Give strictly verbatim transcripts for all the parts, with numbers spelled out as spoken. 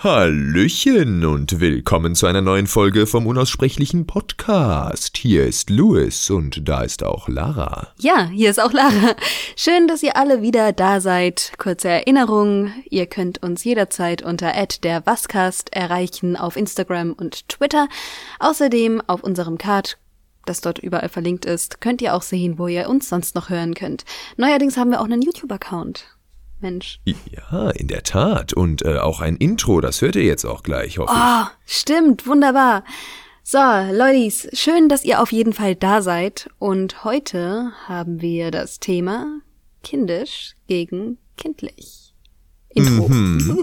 Hallöchen und willkommen zu einer neuen Folge vom Unaussprechlichen Podcast. Hier ist Louis und da ist auch Lara. Ja, hier ist auch Lara. Schön, dass ihr alle wieder da seid. Kurze Erinnerung, ihr könnt uns jederzeit unter at der wascast erreichen auf Instagram und Twitter. Außerdem auf unserem Card, das dort überall verlinkt ist, könnt ihr auch sehen, wo ihr uns sonst noch hören könnt. Neuerdings haben wir auch einen YouTube-Account. Mensch. Ja, in der Tat. Und äh, auch ein Intro, das hört ihr jetzt auch gleich, hoffe ich. Oh, stimmt, wunderbar. So, Leutis, schön, dass ihr auf jeden Fall da seid. Und heute haben wir das Thema kindisch gegen kindlich. Intro. Mhm.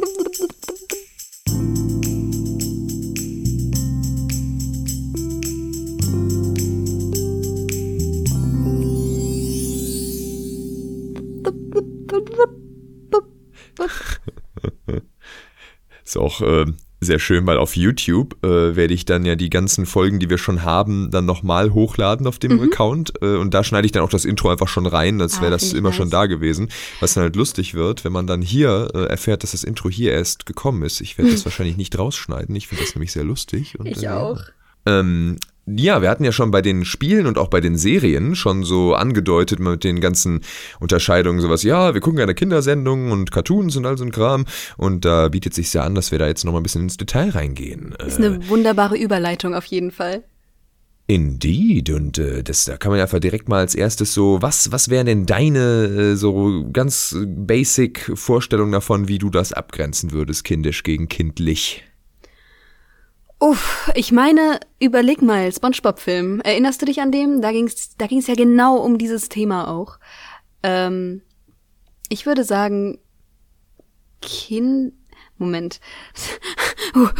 Ist auch äh, sehr schön, weil auf YouTube äh, werde ich dann ja die ganzen Folgen, die wir schon haben, dann nochmal hochladen auf dem mhm. Account. Äh, und da schneide ich dann auch das Intro einfach schon rein, als wäre ah, das immer nice. schon da gewesen. Was dann halt lustig wird, wenn man dann hier äh, erfährt, dass das Intro hier erst gekommen ist. Ich werde das wahrscheinlich nicht rausschneiden. Ich finde das nämlich sehr lustig. Und, ich äh, auch. Ähm, Ja, wir hatten ja schon bei den Spielen und auch bei den Serien schon so angedeutet mit den ganzen Unterscheidungen, sowas, ja, wir gucken gerne Kindersendungen und Cartoons und all so ein Kram und da bietet sich ja an, dass wir da jetzt noch mal ein bisschen ins Detail reingehen. Ist eine wunderbare Überleitung auf jeden Fall. Indeed, und äh, das, da kann man einfach direkt mal als erstes so, was, was wären denn deine äh, so ganz basic Vorstellungen davon, wie du das abgrenzen würdest, kindisch gegen kindlich? Uff, ich meine, überleg mal, SpongeBob-Film. Erinnerst du dich an dem? Da ging's, da ging's ja genau um dieses Thema auch. Ähm, ich würde sagen, Kind... Moment. uh, uh, uh.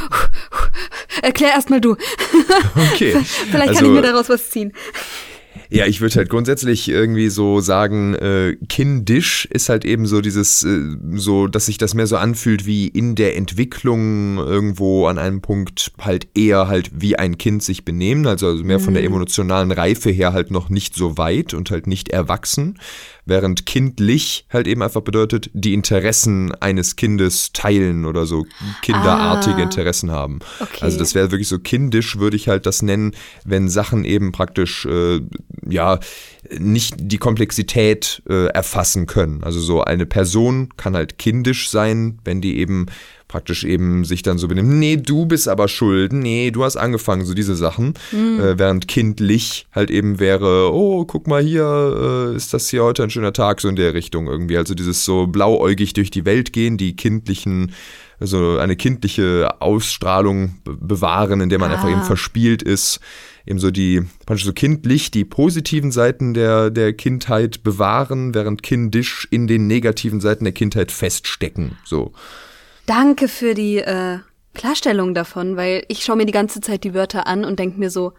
Erklär erst mal du. Okay. Vielleicht also, kann ich mir daraus was ziehen. Ja, ich würde halt grundsätzlich irgendwie so sagen, äh, kindisch ist halt eben so dieses, äh, so, dass sich das mehr so anfühlt wie in der Entwicklung irgendwo an einem Punkt halt eher halt wie ein Kind sich benehmen, also, also mehr von der emotionalen Reife her halt noch nicht so weit und halt nicht erwachsen, während kindlich halt eben einfach bedeutet, die Interessen eines Kindes teilen oder so kinderartige ah, Interessen haben. Okay. Also das wäre wirklich so kindisch, würde ich halt das nennen, wenn Sachen eben praktisch äh, ja, nicht die Komplexität äh, erfassen können. Also so eine Person kann halt kindisch sein, wenn die eben praktisch eben sich dann so benimmt, nee, du bist aber schuld, nee, du hast angefangen, so diese Sachen. Mhm. Äh, während kindlich halt eben wäre, oh, guck mal hier, äh, ist das hier heute ein schöner Tag, so in der Richtung irgendwie. Also dieses so blauäugig durch die Welt gehen, die kindlichen, also eine kindliche Ausstrahlung be- bewahren, in der man ah. einfach eben verspielt ist. Eben so die, praktisch so kindlich die positiven Seiten der, der Kindheit bewahren, während kindisch in den negativen Seiten der Kindheit feststecken. So. Danke für die äh, Klarstellung davon, weil ich schaue mir die ganze Zeit die Wörter an und denke mir so,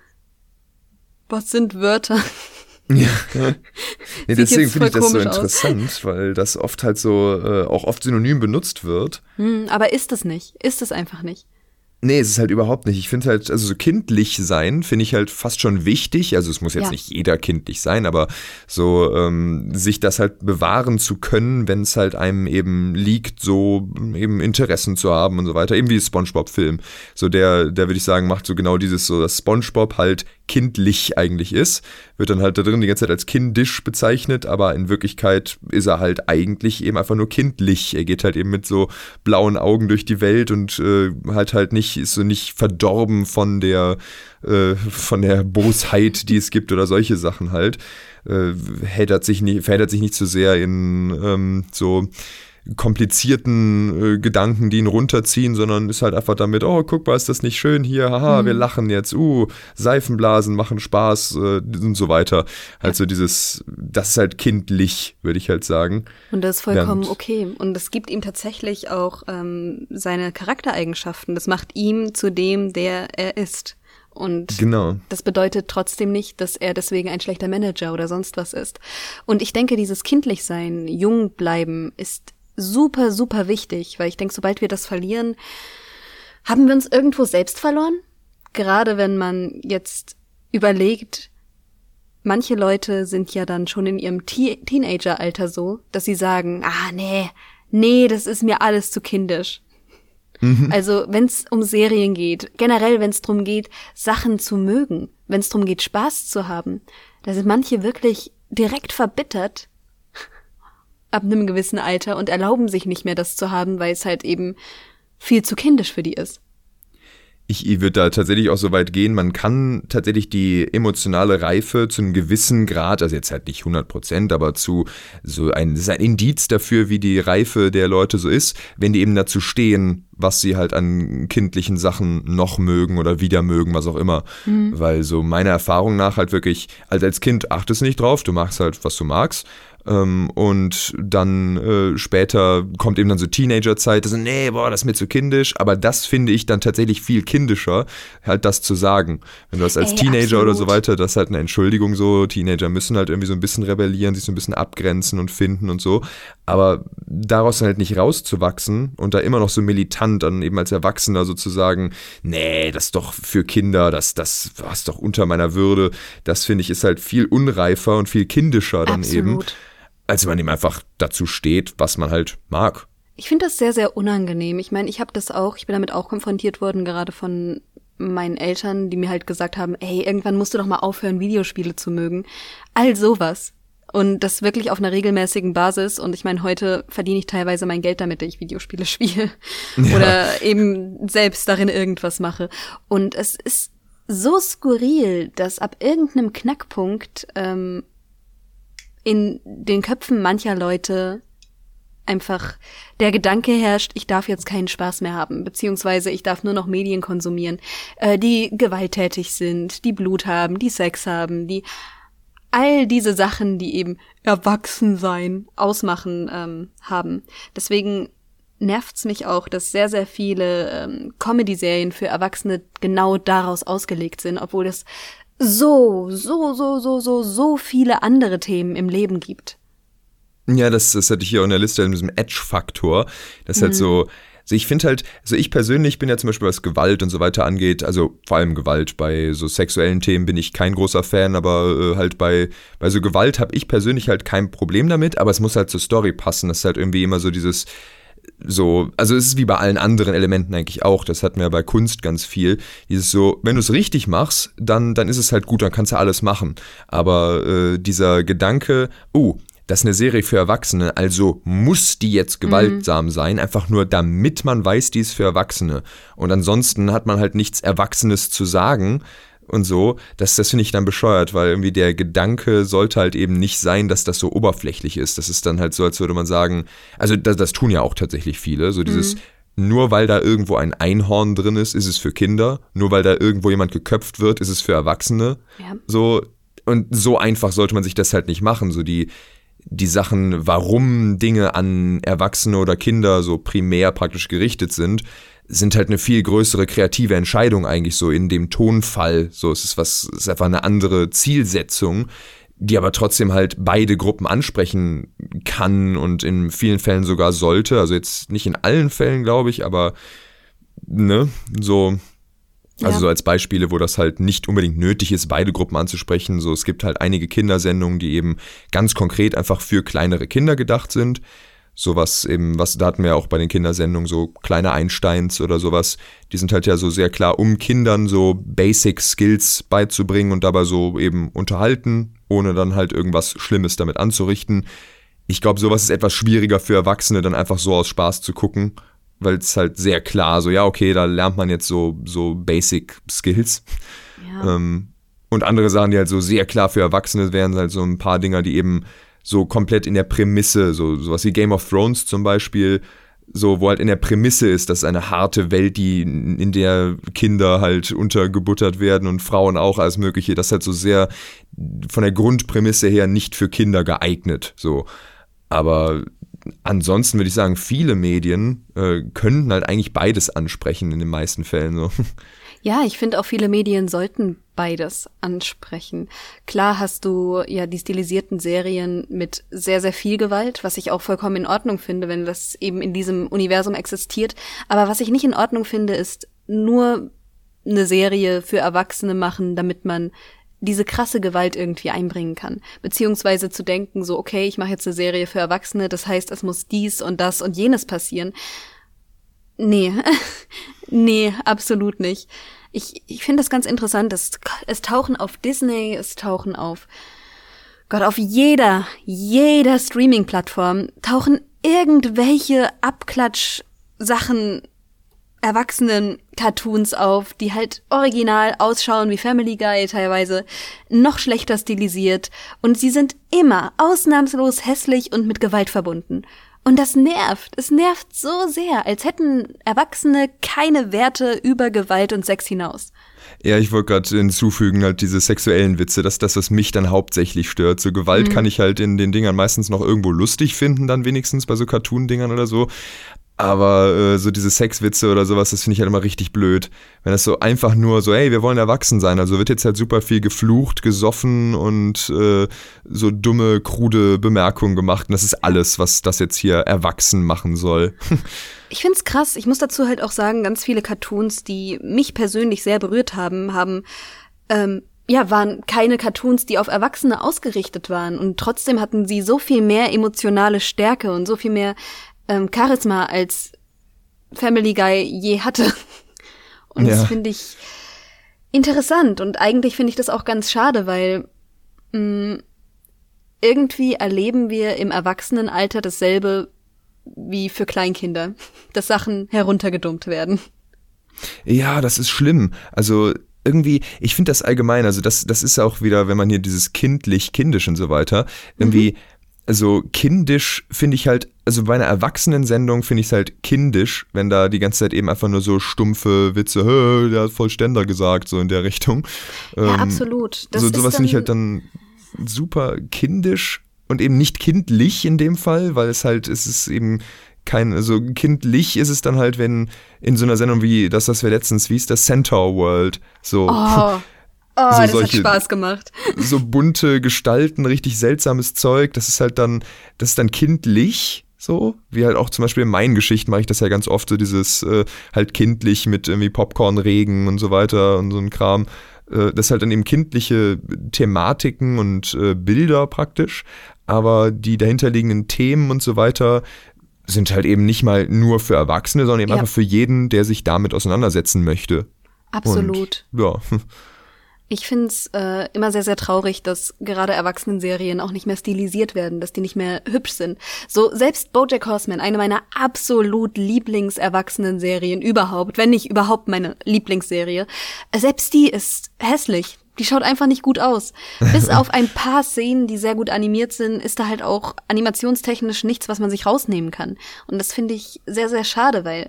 was sind Wörter? Ja, nee, deswegen finde ich das so interessant, aus. Weil das oft halt so, äh, auch oft synonym benutzt wird. Hm, aber ist es nicht, ist es einfach nicht. Nee, es ist halt überhaupt nicht. Ich finde halt, also so kindlich sein, finde ich halt fast schon wichtig. Also es muss jetzt ja. nicht jeder kindlich sein, aber so ähm, sich das halt bewahren zu können, wenn es halt einem eben liegt, so eben Interessen zu haben und so weiter. Eben wie SpongeBob-Film. So der, der würde ich sagen, macht so genau dieses, so dass SpongeBob halt kindlich eigentlich ist. Wird dann halt da drin die ganze Zeit als kindisch bezeichnet, aber in Wirklichkeit ist er halt eigentlich eben einfach nur kindlich. Er geht halt eben mit so blauen Augen durch die Welt und äh, halt halt nicht, ist so nicht verdorben von der, äh, von der Bosheit, die es gibt oder solche Sachen halt. Äh, hält sich nicht, verheddert sich nicht so sehr in ähm, so komplizierten äh, Gedanken, die ihn runterziehen, sondern ist halt einfach damit, oh, guck mal, ist das nicht schön hier, haha, mhm. wir lachen jetzt, uh, Seifenblasen machen Spaß äh, und so weiter. Halt so dieses, das ist halt kindlich, würde ich halt sagen. Und das ist vollkommen Während, okay. Und es gibt ihm tatsächlich auch ähm, seine Charaktereigenschaften. Das macht ihm zu dem, der er ist. Und genau. das bedeutet trotzdem nicht, dass er deswegen ein schlechter Manager oder sonst was ist. Und ich denke, dieses Kindlichsein, jung bleiben, ist super, super wichtig, weil ich denke, sobald wir das verlieren, haben wir uns irgendwo selbst verloren. Gerade wenn man jetzt überlegt, manche Leute sind ja dann schon in ihrem Te- Teenageralter so, dass sie sagen, ah, nee, nee, das ist mir alles zu kindisch. Mhm. Also wenn es um Serien geht, generell wenn es darum geht, Sachen zu mögen, wenn es darum geht, Spaß zu haben, da sind manche wirklich direkt verbittert ab einem gewissen Alter und erlauben sich nicht mehr, das zu haben, weil es halt eben viel zu kindisch für die ist. Ich würde da tatsächlich auch so weit gehen, man kann tatsächlich die emotionale Reife zu einem gewissen Grad, also jetzt halt nicht hundert Prozent, aber zu so ein, das ist ein Indiz dafür, wie die Reife der Leute so ist, wenn die eben dazu stehen, was sie halt an kindlichen Sachen noch mögen oder wieder mögen, was auch immer. Mhm. Weil so meiner Erfahrung nach halt wirklich, also als Kind achtest du nicht drauf, du machst halt, was du magst. Ähm, und dann äh, später kommt eben dann so Teenagerzeit, also nee, boah, das ist mir zu kindisch, aber das finde ich dann tatsächlich viel kindischer, halt das zu sagen. Wenn du das als Ey, Teenager absolut. Oder so weiter, das ist halt eine Entschuldigung so, Teenager müssen halt irgendwie so ein bisschen rebellieren, sich so ein bisschen abgrenzen und finden und so, aber daraus halt nicht rauszuwachsen und da immer noch so militant dann eben als Erwachsener sozusagen, nee, das ist doch für Kinder, das, das ist doch unter meiner Würde, das finde ich ist halt viel unreifer und viel kindischer dann absolut. Eben. Als wenn man ihm einfach dazu steht, was man halt mag. Ich finde das sehr, sehr unangenehm. Ich meine, ich habe das auch, ich bin damit auch konfrontiert worden, gerade von meinen Eltern, die mir halt gesagt haben, ey, irgendwann musst du doch mal aufhören, Videospiele zu mögen. All sowas. Und das wirklich auf einer regelmäßigen Basis. Und ich meine, heute verdiene ich teilweise mein Geld damit, dass ich Videospiele spiele. Ja. Oder eben selbst darin irgendwas mache. Und es ist so skurril, dass ab irgendeinem Knackpunkt ähm, in den Köpfen mancher Leute einfach der Gedanke herrscht, ich darf jetzt keinen Spaß mehr haben, beziehungsweise ich darf nur noch Medien konsumieren, äh, die gewalttätig sind, die Blut haben, die Sex haben, die all diese Sachen, die eben Erwachsensein ausmachen, ähm, haben. Deswegen nervt's mich auch, dass sehr, sehr viele ähm, Comedy-Serien für Erwachsene genau daraus ausgelegt sind, obwohl das so, so, so, so, so, so viele andere Themen im Leben gibt. Ja, das, das hatte ich hier auch in der Liste, in diesem Edge-Faktor. Das ist mhm. halt so, also ich finde halt, also ich persönlich bin ja zum Beispiel, was Gewalt und so weiter angeht, also vor allem Gewalt, bei so sexuellen Themen bin ich kein großer Fan, aber äh, halt bei, bei so Gewalt habe ich persönlich halt kein Problem damit, aber es muss halt zur Story passen, das ist halt irgendwie immer so dieses, so, also es ist wie bei allen anderen Elementen eigentlich auch, das hatten wir ja bei Kunst ganz viel, dieses so, wenn du es richtig machst, dann, dann ist es halt gut, dann kannst du alles machen, aber äh, dieser Gedanke, oh, das ist eine Serie für Erwachsene, also muss die jetzt gewaltsam mhm. sein, einfach nur damit man weiß, die ist für Erwachsene und ansonsten hat man halt nichts Erwachsenes zu sagen und so, das, das finde ich dann bescheuert, weil irgendwie der Gedanke sollte halt eben nicht sein, dass das so oberflächlich ist. Das ist dann halt so, als würde man sagen, also das, das tun ja auch tatsächlich viele, so dieses, mhm. nur weil da irgendwo ein Einhorn drin ist, ist es für Kinder, nur weil da irgendwo jemand geköpft wird, ist es für Erwachsene. Ja. So, und so einfach sollte man sich das halt nicht machen, so die die Sachen, warum Dinge an Erwachsene oder Kinder so primär praktisch gerichtet sind, sind halt eine viel größere kreative Entscheidung eigentlich so in dem Tonfall. So, es ist was, es ist einfach eine andere Zielsetzung, die aber trotzdem halt beide Gruppen ansprechen kann und in vielen Fällen sogar sollte. Also jetzt nicht in allen Fällen, glaube ich, aber ne, so. Also ja. so als Beispiele, wo das halt nicht unbedingt nötig ist, beide Gruppen anzusprechen. So, es gibt halt einige Kindersendungen, die eben ganz konkret einfach für kleinere Kinder gedacht sind. Sowas eben, was, da hatten wir ja auch bei den Kindersendungen so kleine Einsteins oder sowas. Die sind halt ja so sehr klar, um Kindern so Basic Skills beizubringen und dabei so eben unterhalten, ohne dann halt irgendwas Schlimmes damit anzurichten. Ich glaube, sowas ist etwas schwieriger für Erwachsene, dann einfach so aus Spaß zu gucken. Weil es halt sehr klar, so ja, okay, da lernt man jetzt so, so Basic Skills. Ja. Ähm, und andere Sachen, die halt so sehr klar für Erwachsene wären, halt so ein paar Dinger, die eben so komplett in der Prämisse, so sowas wie Game of Thrones zum Beispiel, so wo halt in der Prämisse ist, dass eine harte Welt, die in der Kinder halt untergebuttert werden und Frauen auch alles Mögliche, das ist halt so sehr von der Grundprämisse her nicht für Kinder geeignet, so. Aber ansonsten würde ich sagen, viele Medien äh, können halt eigentlich beides ansprechen in den meisten Fällen. So. Ja, ich finde auch viele Medien sollten beides ansprechen. Klar hast du ja die stilisierten Serien mit sehr, sehr viel Gewalt, was ich auch vollkommen in Ordnung finde, wenn das eben in diesem Universum existiert. Aber was ich nicht in Ordnung finde, ist nur eine Serie für Erwachsene machen, damit man diese krasse Gewalt irgendwie einbringen kann. Beziehungsweise zu denken, so, okay, ich mache jetzt eine Serie für Erwachsene, das heißt, es muss dies und das und jenes passieren. Nee, nee, absolut nicht. Ich, ich finde das ganz interessant. Es, es tauchen auf Disney, es tauchen auf, Gott, auf jeder, jeder Streaming-Plattform tauchen irgendwelche Abklatsch-Sachen, Erwachsenen-Cartoons auf, die halt original ausschauen wie Family Guy teilweise, noch schlechter stilisiert. Und sie sind immer ausnahmslos hässlich und mit Gewalt verbunden. Und das nervt. Es nervt so sehr, als hätten Erwachsene keine Werte über Gewalt und Sex hinaus. Ja, ich wollte gerade hinzufügen, halt diese sexuellen Witze, das ist das, was mich dann hauptsächlich stört. So Gewalt mhm. kann ich halt in den Dingern meistens noch irgendwo lustig finden, dann wenigstens bei so Cartoon-Dingern oder so. Aber äh, so diese Sexwitze oder sowas, das finde ich halt immer richtig blöd. Wenn das so einfach nur so, hey, wir wollen erwachsen sein. Also wird jetzt halt super viel geflucht, gesoffen und äh, so dumme, krude Bemerkungen gemacht. Und das ist alles, was das jetzt hier erwachsen machen soll. Ich find's krass. Ich muss dazu halt auch sagen, ganz viele Cartoons, die mich persönlich sehr berührt haben, haben, ähm, ja, waren keine Cartoons, die auf Erwachsene ausgerichtet waren. Und trotzdem hatten sie so viel mehr emotionale Stärke und so viel mehr Ähm, Charisma als Family Guy je hatte. Und ja. Das finde ich interessant. Und eigentlich finde ich das auch ganz schade, weil mh, irgendwie erleben wir im Erwachsenenalter dasselbe wie für Kleinkinder, dass Sachen heruntergedummt werden. Ja, das ist schlimm. Also irgendwie, ich finde das allgemein, also das, das ist auch wieder, wenn man hier dieses kindlich, kindisch und so weiter, irgendwie mhm. Also kindisch finde ich halt, also bei einer Erwachsenensendung finde ich es halt kindisch, wenn da die ganze Zeit eben einfach nur so stumpfe Witze, Hö, der hat voll Ständer gesagt, so in der Richtung. Ja, ähm, absolut. Das so, sowas finde ich halt dann super kindisch und eben nicht kindlich in dem Fall, weil es halt, es ist eben kein, also kindlich ist es dann halt, wenn in so einer Sendung wie das, was wir letztens, wie ist das, Centaur World, so. Oh. Oh, so das solche, hat Spaß gemacht. So bunte Gestalten, richtig seltsames Zeug, das ist halt dann, das ist dann kindlich, so, wie halt auch zum Beispiel in meinen Geschichten mache ich das ja ganz oft, so dieses äh, halt kindlich mit irgendwie Popcornregen und so weiter und so ein Kram. Äh, das ist halt dann eben kindliche Thematiken und äh, Bilder praktisch, aber die dahinterliegenden Themen und so weiter sind halt eben nicht mal nur für Erwachsene, sondern eben ja. einfach für jeden, der sich damit auseinandersetzen möchte. Absolut. Und, ja. Ich find's äh, immer sehr, sehr traurig, dass gerade Erwachsenenserien auch nicht mehr stilisiert werden, dass die nicht mehr hübsch sind. So, selbst BoJack Horseman, eine meiner absolut Lieblings-Erwachsenen-Serien überhaupt, wenn nicht überhaupt meine Lieblingsserie, selbst die ist hässlich. Die schaut einfach nicht gut aus. Bis auf ein paar Szenen, die sehr gut animiert sind, ist da halt auch animationstechnisch nichts, was man sich rausnehmen kann. Und das finde ich sehr, sehr schade, weil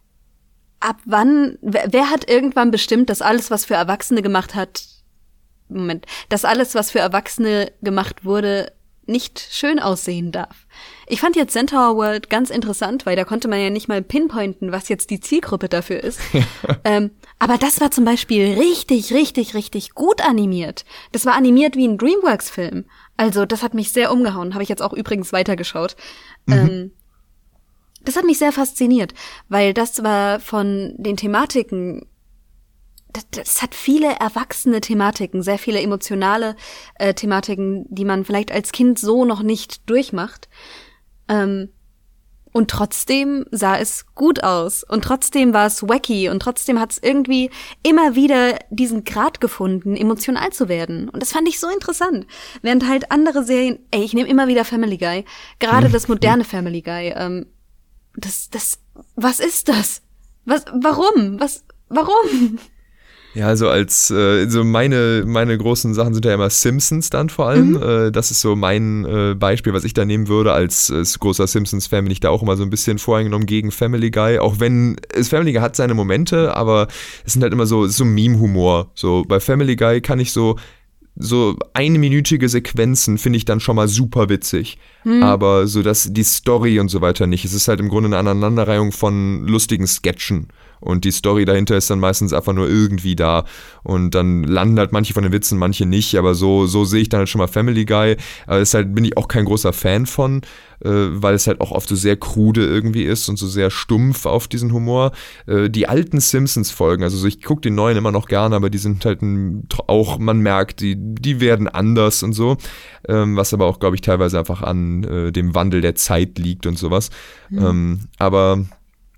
ab wann, wer, wer hat irgendwann bestimmt, dass alles, was für Erwachsene gemacht hat, Moment, dass alles, was für Erwachsene gemacht wurde, nicht schön aussehen darf? Ich fand jetzt Centaur World ganz interessant, weil da konnte man ja nicht mal pinpointen, was jetzt die Zielgruppe dafür ist. ähm, aber das war zum Beispiel richtig, richtig, richtig gut animiert. Das war animiert wie ein DreamWorks-Film. Also das hat mich sehr umgehauen. Habe ich jetzt auch übrigens weitergeschaut. Mhm. Ähm, Das hat mich sehr fasziniert, weil das war von den Thematiken, das, das hat viele erwachsene Thematiken, sehr viele emotionale äh, Thematiken, die man vielleicht als Kind so noch nicht durchmacht. Ähm, und trotzdem sah es gut aus und trotzdem war es wacky und trotzdem hat es irgendwie immer wieder diesen Grad gefunden, emotional zu werden. Und das fand ich so interessant. Während halt andere Serien, ey, ich nehme immer wieder Family Guy, gerade das moderne Family Guy, ähm, Das, das, was ist das? Was, warum? Was, warum? Ja, also als, äh, so meine, meine großen Sachen sind ja immer Simpsons dann vor allem. Mhm. Äh, das ist so mein äh, Beispiel, was ich da nehmen würde. Als, als großer Simpsons-Fan bin ich da auch immer so ein bisschen voreingenommen gegen Family Guy. Auch wenn, es Family Guy hat seine Momente, aber es sind halt immer so, so Meme-Humor. So, bei Family Guy kann ich so, so einminütige Sequenzen finde ich dann schon mal super witzig. Hm. Aber so dass die Story und so weiter nicht. Es ist halt im Grunde eine Aneinanderreihung von lustigen Sketchen. Und die Story dahinter ist dann meistens einfach nur irgendwie da. Und dann landen halt manche von den Witzen, manche nicht. Aber so, so sehe ich dann halt schon mal Family Guy. Aber das halt, bin ich auch kein großer Fan von, äh, weil es halt auch oft so sehr krude irgendwie ist und so sehr stumpf auf diesen Humor. Äh, die alten Simpsons-Folgen, also so, ich gucke die neuen immer noch gerne, aber die sind halt ein, auch, man merkt, die, die werden anders und so. Ähm, was aber auch, glaube ich, teilweise einfach an äh, dem Wandel der Zeit liegt und sowas. Mhm. Ähm, aber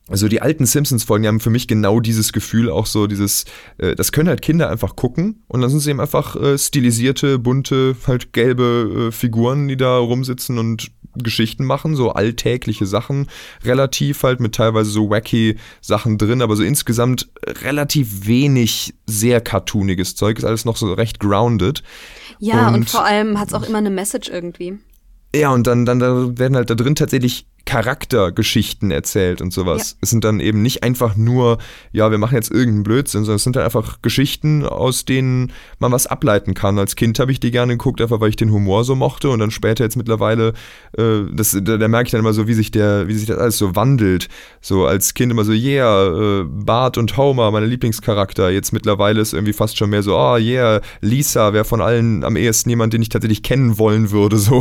Also die alten Simpsons-Folgen haben für mich genau dieses Gefühl, auch so dieses, äh, das können halt Kinder einfach gucken und dann sind sie eben einfach äh, stilisierte, bunte, halt gelbe äh, Figuren, die da rumsitzen und Geschichten machen, so alltägliche Sachen, relativ halt mit teilweise so wacky Sachen drin, aber so insgesamt relativ wenig sehr cartooniges Zeug, ist alles noch so recht grounded. Ja, und, und vor allem hat's auch immer eine Message irgendwie. Ja, und dann, dann da werden halt da drin tatsächlich Charaktergeschichten erzählt und sowas. Ja. Es sind dann eben nicht einfach nur, ja, wir machen jetzt irgendeinen Blödsinn, sondern es sind dann einfach Geschichten, aus denen man was ableiten kann. Als Kind habe ich die gerne geguckt, einfach weil ich den Humor so mochte und dann später jetzt mittlerweile, äh, das, da, da merke ich dann immer so, wie sich der, wie sich das alles so wandelt. So als Kind immer so, yeah, äh, Bart und Homer, meine Lieblingscharakter. Jetzt mittlerweile ist irgendwie fast schon mehr so, oh yeah, Lisa wäre von allen am ehesten jemand, den ich tatsächlich kennen wollen würde, so.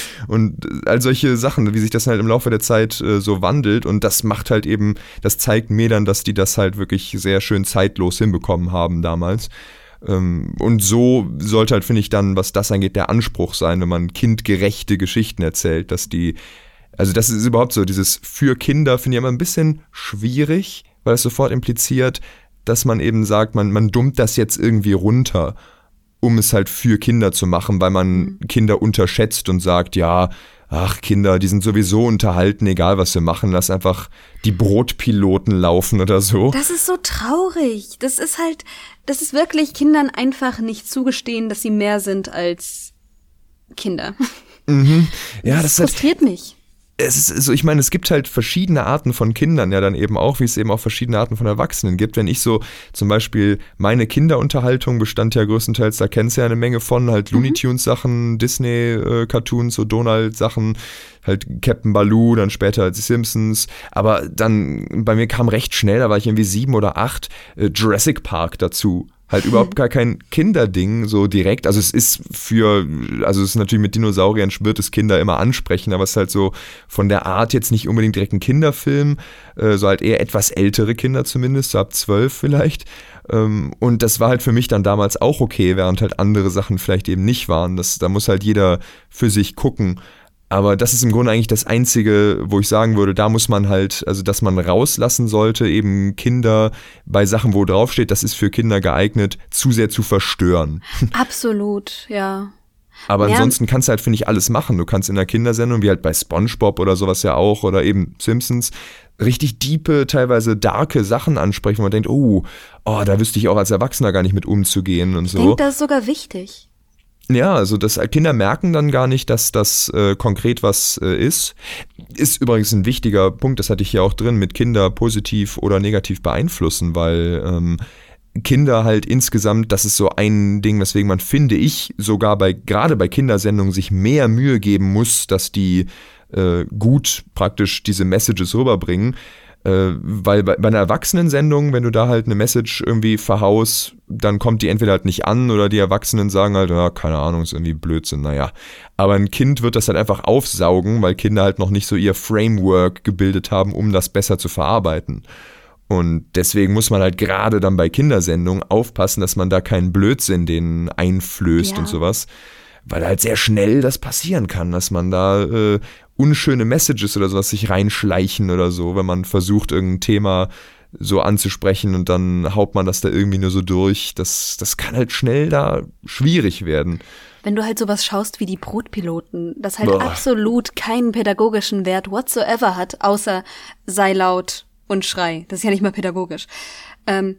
Und all solche Sachen, wie sich das halt im Laufe der Zeit äh, so wandelt und das macht halt eben, das zeigt mir dann, dass die das halt wirklich sehr schön zeitlos hinbekommen haben damals. Ähm, und so sollte halt, finde ich dann, was das angeht, der Anspruch sein, wenn man kindgerechte Geschichten erzählt, dass die, also das ist überhaupt so, dieses für Kinder finde ich immer ein bisschen schwierig, weil es sofort impliziert, dass man eben sagt, man, man dummt das jetzt irgendwie runter, um es halt für Kinder zu machen, weil man mhm. Kinder unterschätzt und sagt, ja, ach Kinder, die sind sowieso unterhalten, egal was wir machen, lass einfach die Brotpiloten laufen oder so. Das ist so traurig. Das ist halt, das ist wirklich Kindern einfach nicht zugestehen, dass sie mehr sind als Kinder. Mhm. Ja, das, das frustriert halt, mich. Es ist so, ich meine, es gibt halt verschiedene Arten von Kindern ja dann eben auch, wie es eben auch verschiedene Arten von Erwachsenen gibt. Wenn ich so zum Beispiel, meine Kinderunterhaltung bestand ja größtenteils, da kennst du ja eine Menge von, halt Looney Tunes Sachen, Disney-Cartoons, so Donald-Sachen, halt Captain Baloo, dann später die Simpsons. Aber dann, bei mir kam recht schnell, da war ich irgendwie sieben oder acht, äh, Jurassic Park dazu. Halt überhaupt gar kein Kinderding so direkt. Also es ist für, also es ist natürlich mit Dinosauriern wird es Kinder immer ansprechen, aber es ist halt so von der Art jetzt nicht unbedingt direkt ein Kinderfilm, äh, so halt eher etwas ältere Kinder zumindest, so ab zwölf vielleicht. Ähm, und das war halt für mich dann damals auch okay, während halt andere Sachen vielleicht eben nicht waren. Das, da muss halt jeder für sich gucken. Aber das ist im Grunde eigentlich das Einzige, wo ich sagen würde, da muss man halt, also dass man rauslassen sollte, eben Kinder bei Sachen, wo draufsteht, das ist für Kinder geeignet, zu sehr zu verstören. Absolut, ja. Aber ja. ansonsten kannst du halt, finde ich, alles machen. Du kannst in der Kindersendung, wie halt bei SpongeBob oder sowas ja auch, oder eben Simpsons, richtig diepe, teilweise darke Sachen ansprechen, wo man denkt, oh, oh, da wüsste ich auch als Erwachsener gar nicht mit umzugehen und so. Ich denke, das ist sogar wichtig. Ja, also das Kinder merken dann gar nicht, dass das äh, konkret was äh, ist. Ist übrigens ein wichtiger Punkt, das hatte ich hier auch drin, mit Kinder positiv oder negativ beeinflussen, weil ähm, Kinder halt insgesamt, das ist so ein Ding, weswegen man, finde ich, sogar bei gerade bei Kindersendungen sich mehr Mühe geben muss, dass die äh, gut praktisch diese Messages rüberbringen. Äh, weil bei, bei einer Erwachsenensendung, wenn du da halt eine Message irgendwie verhaust, dann kommt die entweder halt nicht an oder die Erwachsenen sagen halt, ja, keine Ahnung, ist irgendwie Blödsinn, naja. Aber ein Kind wird das halt einfach aufsaugen, weil Kinder halt noch nicht so ihr Framework gebildet haben, um das besser zu verarbeiten. Und deswegen muss man halt gerade dann bei Kindersendungen aufpassen, dass man da keinen Blödsinn denen einflößt ja. und sowas. Weil halt sehr schnell das passieren kann, dass man da äh, unschöne Messages oder sowas sich reinschleichen oder so, wenn man versucht, irgendein Thema so anzusprechen und dann haut man das da irgendwie nur so durch. Das, das kann halt schnell da schwierig werden. Wenn du halt sowas schaust wie die Brotpiloten, das halt Boah. absolut keinen pädagogischen Wert whatsoever hat, außer sei laut und schrei. Das ist ja nicht mal pädagogisch. Ähm,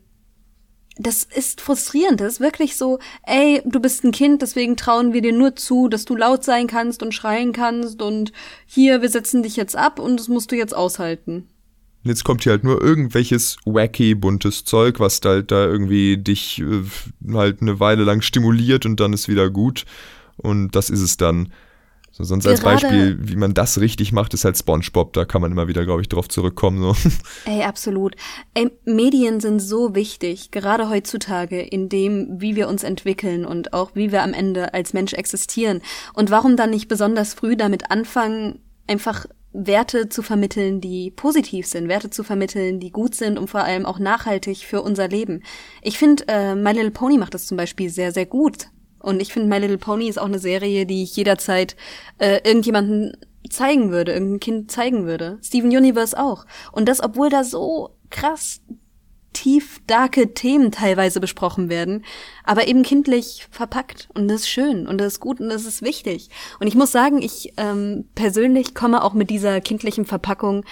Das ist frustrierend. Das ist wirklich so, ey, du bist ein Kind, deswegen trauen wir dir nur zu, dass du laut sein kannst und schreien kannst und hier, wir setzen dich jetzt ab und das musst du jetzt aushalten. Jetzt kommt hier halt nur irgendwelches wacky, buntes Zeug, was halt da irgendwie dich äh, halt eine Weile lang stimuliert und dann ist wieder gut. Und das ist es dann. So, sonst als Gerade, Beispiel, wie man das richtig macht, ist halt SpongeBob. Da kann man immer wieder, glaube ich, drauf zurückkommen. So. Ey, absolut. Ey, Medien sind so wichtig, gerade heutzutage, in dem, wie wir uns entwickeln und auch wie wir am Ende als Mensch existieren. Und warum dann nicht besonders früh damit anfangen, einfach Werte zu vermitteln, die positiv sind, Werte zu vermitteln, die gut sind und vor allem auch nachhaltig für unser Leben. Ich finde, äh, My Little Pony macht das zum Beispiel sehr, sehr gut. Und ich finde, My Little Pony ist auch eine Serie, die ich jederzeit äh, irgendjemanden zeigen würde, irgendein Kind zeigen würde. Steven Universe auch. Und das, obwohl da so krass tief darke Themen teilweise besprochen werden, aber eben kindlich verpackt. Und das ist schön und das ist gut und das ist wichtig. Und ich muss sagen, ich ähm, persönlich komme auch mit dieser kindlichen Verpackung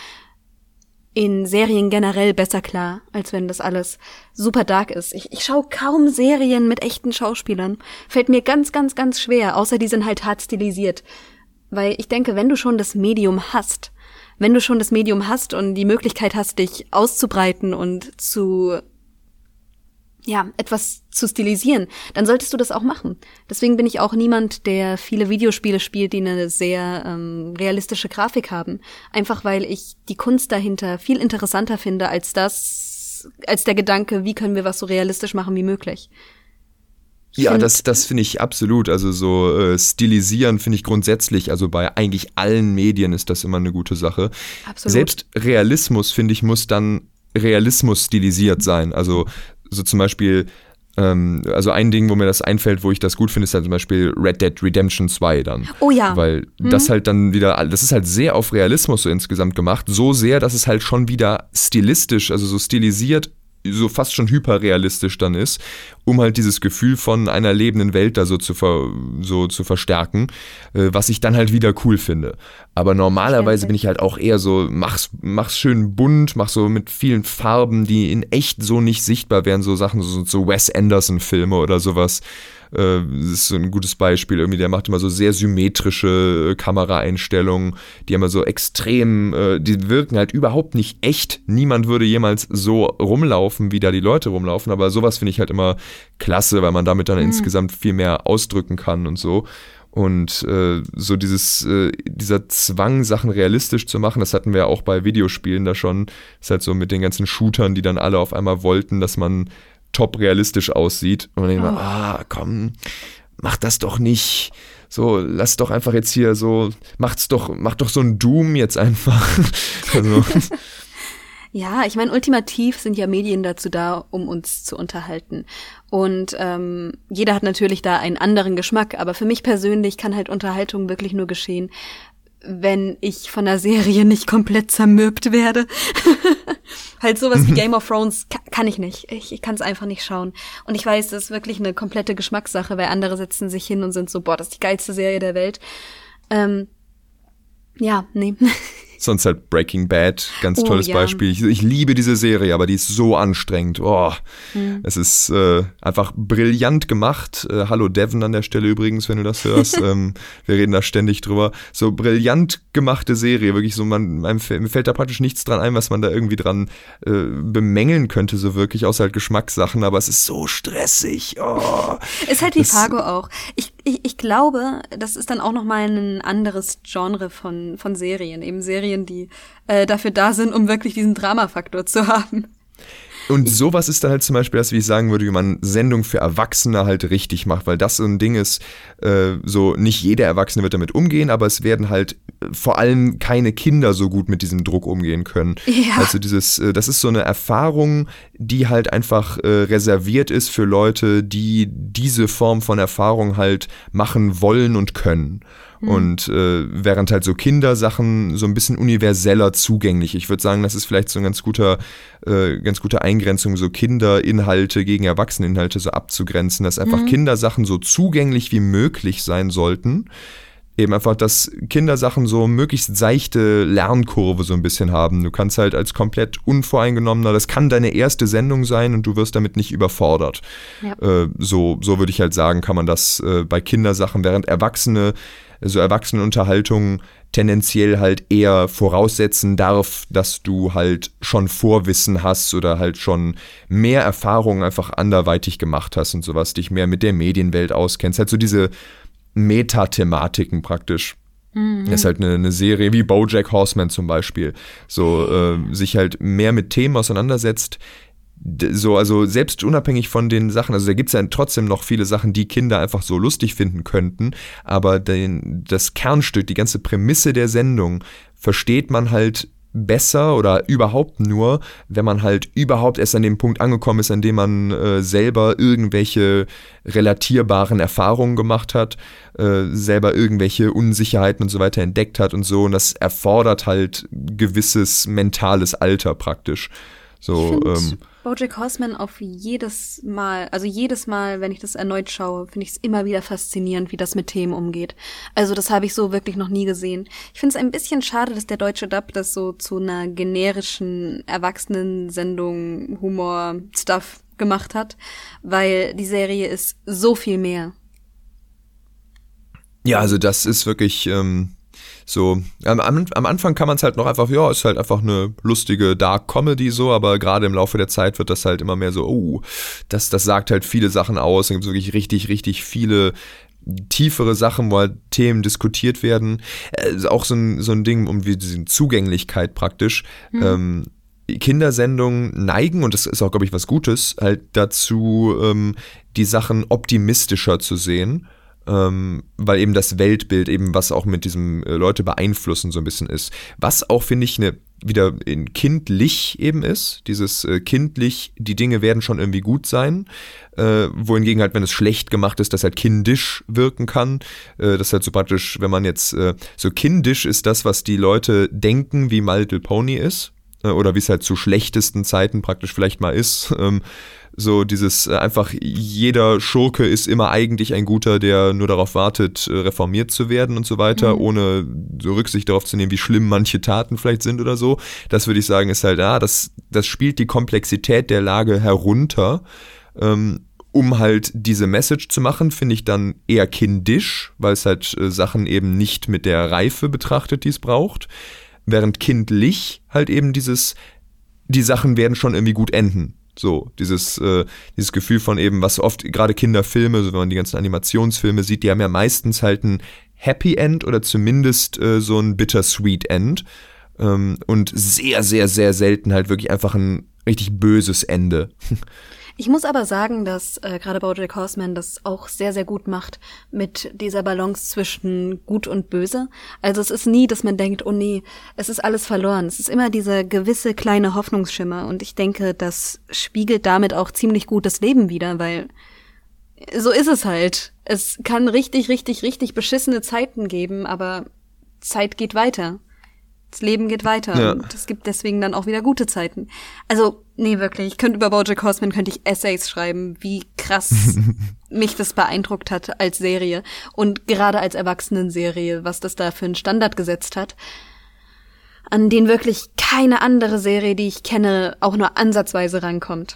in Serien generell besser klar, als wenn das alles super dark ist. Ich, ich schaue kaum Serien mit echten Schauspielern. Fällt mir ganz, ganz, ganz schwer, außer die sind halt hart stilisiert. Weil ich denke, wenn du schon das Medium hast, wenn du schon das Medium hast und die Möglichkeit hast, dich auszubreiten und zu, ja, etwas zu stilisieren, dann solltest du das auch machen. Deswegen bin ich auch niemand, der viele Videospiele spielt, die eine sehr ähm, realistische Grafik haben. Einfach weil ich die Kunst dahinter viel interessanter finde als das, als der Gedanke, wie können wir was so realistisch machen wie möglich. Ich ja, das, das finde ich absolut. Also so äh, stilisieren finde ich grundsätzlich, also bei eigentlich allen Medien ist das immer eine gute Sache. Absolut. Selbst Realismus, finde ich, muss dann Realismus stilisiert sein. Also so zum Beispiel, ähm, also ein Ding, wo mir das einfällt, wo ich das gut finde, ist halt zum Beispiel Red Dead Redemption zwei dann. Oh ja. Weil hm. das halt dann wieder, das ist halt sehr auf Realismus so insgesamt gemacht. So sehr, dass es halt schon wieder stilistisch, also so stilisiert, so fast schon hyperrealistisch dann ist, um halt dieses Gefühl von einer lebenden Welt da so zu, ver, so zu verstärken, äh, was ich dann halt wieder cool finde. Aber normalerweise bin ich halt auch eher so, mach's, mach's schön bunt, mach so mit vielen Farben, die in echt so nicht sichtbar wären, so Sachen, so, so Wes Anderson-Filme oder sowas. Das ist so ein gutes Beispiel irgendwie, der macht immer so sehr symmetrische Kameraeinstellungen, die immer so extrem, die wirken halt überhaupt nicht echt. Niemand würde jemals so rumlaufen, wie da die Leute rumlaufen, aber sowas finde ich halt immer klasse, weil man damit dann mhm. insgesamt viel mehr ausdrücken kann und so. Und äh, so dieses, äh, dieser Zwang, Sachen realistisch zu machen, das hatten wir ja auch bei Videospielen da schon, das ist halt so mit den ganzen Shootern, die dann alle auf einmal wollten, dass man top realistisch aussieht. Und dann denkt man, oh. ah, komm, mach das doch nicht. So, lass doch einfach jetzt hier so, macht's doch, mach doch so ein Doom jetzt einfach. Also. Ja, ich meine, ultimativ sind ja Medien dazu da, um uns zu unterhalten. Und ähm, jeder hat natürlich da einen anderen Geschmack, aber für mich persönlich kann halt Unterhaltung wirklich nur geschehen, wenn ich von der Serie nicht komplett zermürbt werde. Halt sowas wie Game of Thrones kann, kann ich nicht. Ich, ich kann es einfach nicht schauen. Und ich weiß, das ist wirklich eine komplette Geschmackssache, weil andere setzen sich hin und sind so, boah, das ist die geilste Serie der Welt. Ähm, ja, nee. Sonst halt Breaking Bad, ganz oh, tolles ja. Beispiel. Ich, ich liebe diese Serie, aber die ist so anstrengend. Oh, hm. Es ist äh, einfach brillant gemacht. Äh, hallo Devin an der Stelle übrigens, wenn du das hörst. ähm, wir reden da ständig drüber. So brillant gemachte Serie, wirklich so, man, mir fällt da praktisch nichts dran ein, was man da irgendwie dran äh, bemängeln könnte, so wirklich, außer halt Geschmackssachen, aber es ist so stressig. Oh, ist halt wie Fargo auch. Ich, ich, ich glaube, das ist dann auch nochmal ein anderes Genre von, von Serien, eben Serien, die äh, dafür da sind, um wirklich diesen Dramafaktor zu haben. Und sowas ist dann halt zum Beispiel das, wie ich sagen würde, wie man Sendung für Erwachsene halt richtig macht, weil das so ein Ding ist, äh, so nicht jeder Erwachsene wird damit umgehen, aber es werden halt vor allem keine Kinder so gut mit diesem Druck umgehen können. Ja. Also dieses, äh, das ist so eine Erfahrung, die halt einfach äh, reserviert ist für Leute, die diese Form von Erfahrung halt machen wollen und können. Und äh, während halt so Kindersachen so ein bisschen universeller zugänglich. Ich würde sagen, das ist vielleicht so ein ganz guter, äh, ganz gute Eingrenzung, so Kinderinhalte gegen Erwachseneninhalte so abzugrenzen, dass einfach mhm. Kindersachen so zugänglich wie möglich sein sollten. Eben einfach, dass Kindersachen so möglichst seichte Lernkurve so ein bisschen haben. Du kannst halt als komplett unvoreingenommener, das kann deine erste Sendung sein und du wirst damit nicht überfordert. Ja. Äh, so, so würde ich halt sagen, kann man das äh, bei Kindersachen, während Erwachsene, so Erwachsenenunterhaltung tendenziell halt eher voraussetzen darf, dass du halt schon Vorwissen hast oder halt schon mehr Erfahrungen einfach anderweitig gemacht hast und sowas, dich mehr mit der Medienwelt auskennst. Halt so diese Metathematiken praktisch. Mhm. Das ist halt eine, eine Serie wie BoJack Horseman zum Beispiel, so äh, sich halt mehr mit Themen auseinandersetzt. So, also selbst unabhängig von den Sachen, also da gibt es ja trotzdem noch viele Sachen, die Kinder einfach so lustig finden könnten, aber den, das Kernstück, die ganze Prämisse der Sendung versteht man halt besser oder überhaupt nur, wenn man halt überhaupt erst an dem Punkt angekommen ist, an dem man äh, selber irgendwelche relatierbaren Erfahrungen gemacht hat, äh, selber irgendwelche Unsicherheiten und so weiter entdeckt hat und so. Und das erfordert halt gewisses mentales Alter praktisch. So, ich ähm, BoJack Horseman auf jedes Mal, also jedes Mal, wenn ich das erneut schaue, finde ich es immer wieder faszinierend, wie das mit Themen umgeht. Also das habe ich so wirklich noch nie gesehen. Ich finde es ein bisschen schade, dass der deutsche Dub das so zu einer generischen Erwachsenensendung, Humor, Stuff gemacht hat, weil die Serie ist so viel mehr. Ja, also das ist wirklich ähm, so, am, am Anfang kann man es halt noch einfach, ja, ist halt einfach eine lustige Dark Comedy so, aber gerade im Laufe der Zeit wird das halt immer mehr so, oh, das, das sagt halt viele Sachen aus, dann gibt es wirklich richtig, richtig viele tiefere Sachen, wo halt Themen diskutiert werden. Äh, auch so ein, so ein Ding um diese Zugänglichkeit praktisch. Mhm. Ähm, Kindersendungen neigen, und das ist auch, glaube ich, was Gutes, halt dazu, ähm, die Sachen optimistischer zu sehen. Ähm, weil eben das Weltbild eben, was auch mit diesem äh, Leute beeinflussen so ein bisschen ist. Was auch, finde ich, eine wieder in kindlich eben ist, dieses äh, kindlich, die Dinge werden schon irgendwie gut sein, äh, wohingegen halt, wenn es schlecht gemacht ist, das halt kindisch wirken kann. Äh, das ist halt so praktisch, wenn man jetzt, äh, so kindisch ist das, was die Leute denken, wie My Little Pony ist, äh, oder wie es halt zu schlechtesten Zeiten praktisch vielleicht mal ist, ähm, so dieses äh, einfach, jeder Schurke ist immer eigentlich ein Guter, der nur darauf wartet, äh, reformiert zu werden und so weiter, mhm. ohne so Rücksicht darauf zu nehmen, wie schlimm manche Taten vielleicht sind oder so. Das würde ich sagen, ist halt, ah, das, das spielt die Komplexität der Lage herunter, ähm, um halt diese Message zu machen, finde ich dann eher kindisch, weil es halt äh, Sachen eben nicht mit der Reife betrachtet, die es braucht. Während kindlich halt eben dieses, die Sachen werden schon irgendwie gut enden. So, dieses, äh, dieses Gefühl von eben, was oft, gerade Kinderfilme, so wenn man die ganzen Animationsfilme sieht, die haben ja meistens halt ein Happy End oder zumindest äh, so ein Bittersweet End. Ähm, und sehr, sehr, sehr selten halt wirklich einfach ein richtig böses Ende. Ich muss aber sagen, dass äh, gerade BoJack Horseman das auch sehr, sehr gut macht mit dieser Balance zwischen Gut und Böse. Also es ist nie, dass man denkt, oh nee, es ist alles verloren. Es ist immer dieser gewisse kleine Hoffnungsschimmer. Und ich denke, das spiegelt damit auch ziemlich gut das Leben wider, weil so ist es halt. Es kann richtig, richtig, richtig beschissene Zeiten geben, aber Zeit geht weiter. Das Leben geht weiter ja. Und es gibt deswegen dann auch wieder gute Zeiten. Also, nee, wirklich, ich könnte über BoJack Horseman könnte ich Essays schreiben, wie krass mich das beeindruckt hat als Serie und gerade als Erwachsenenserie, was das da für einen Standard gesetzt hat, an den wirklich keine andere Serie, die ich kenne, auch nur ansatzweise rankommt.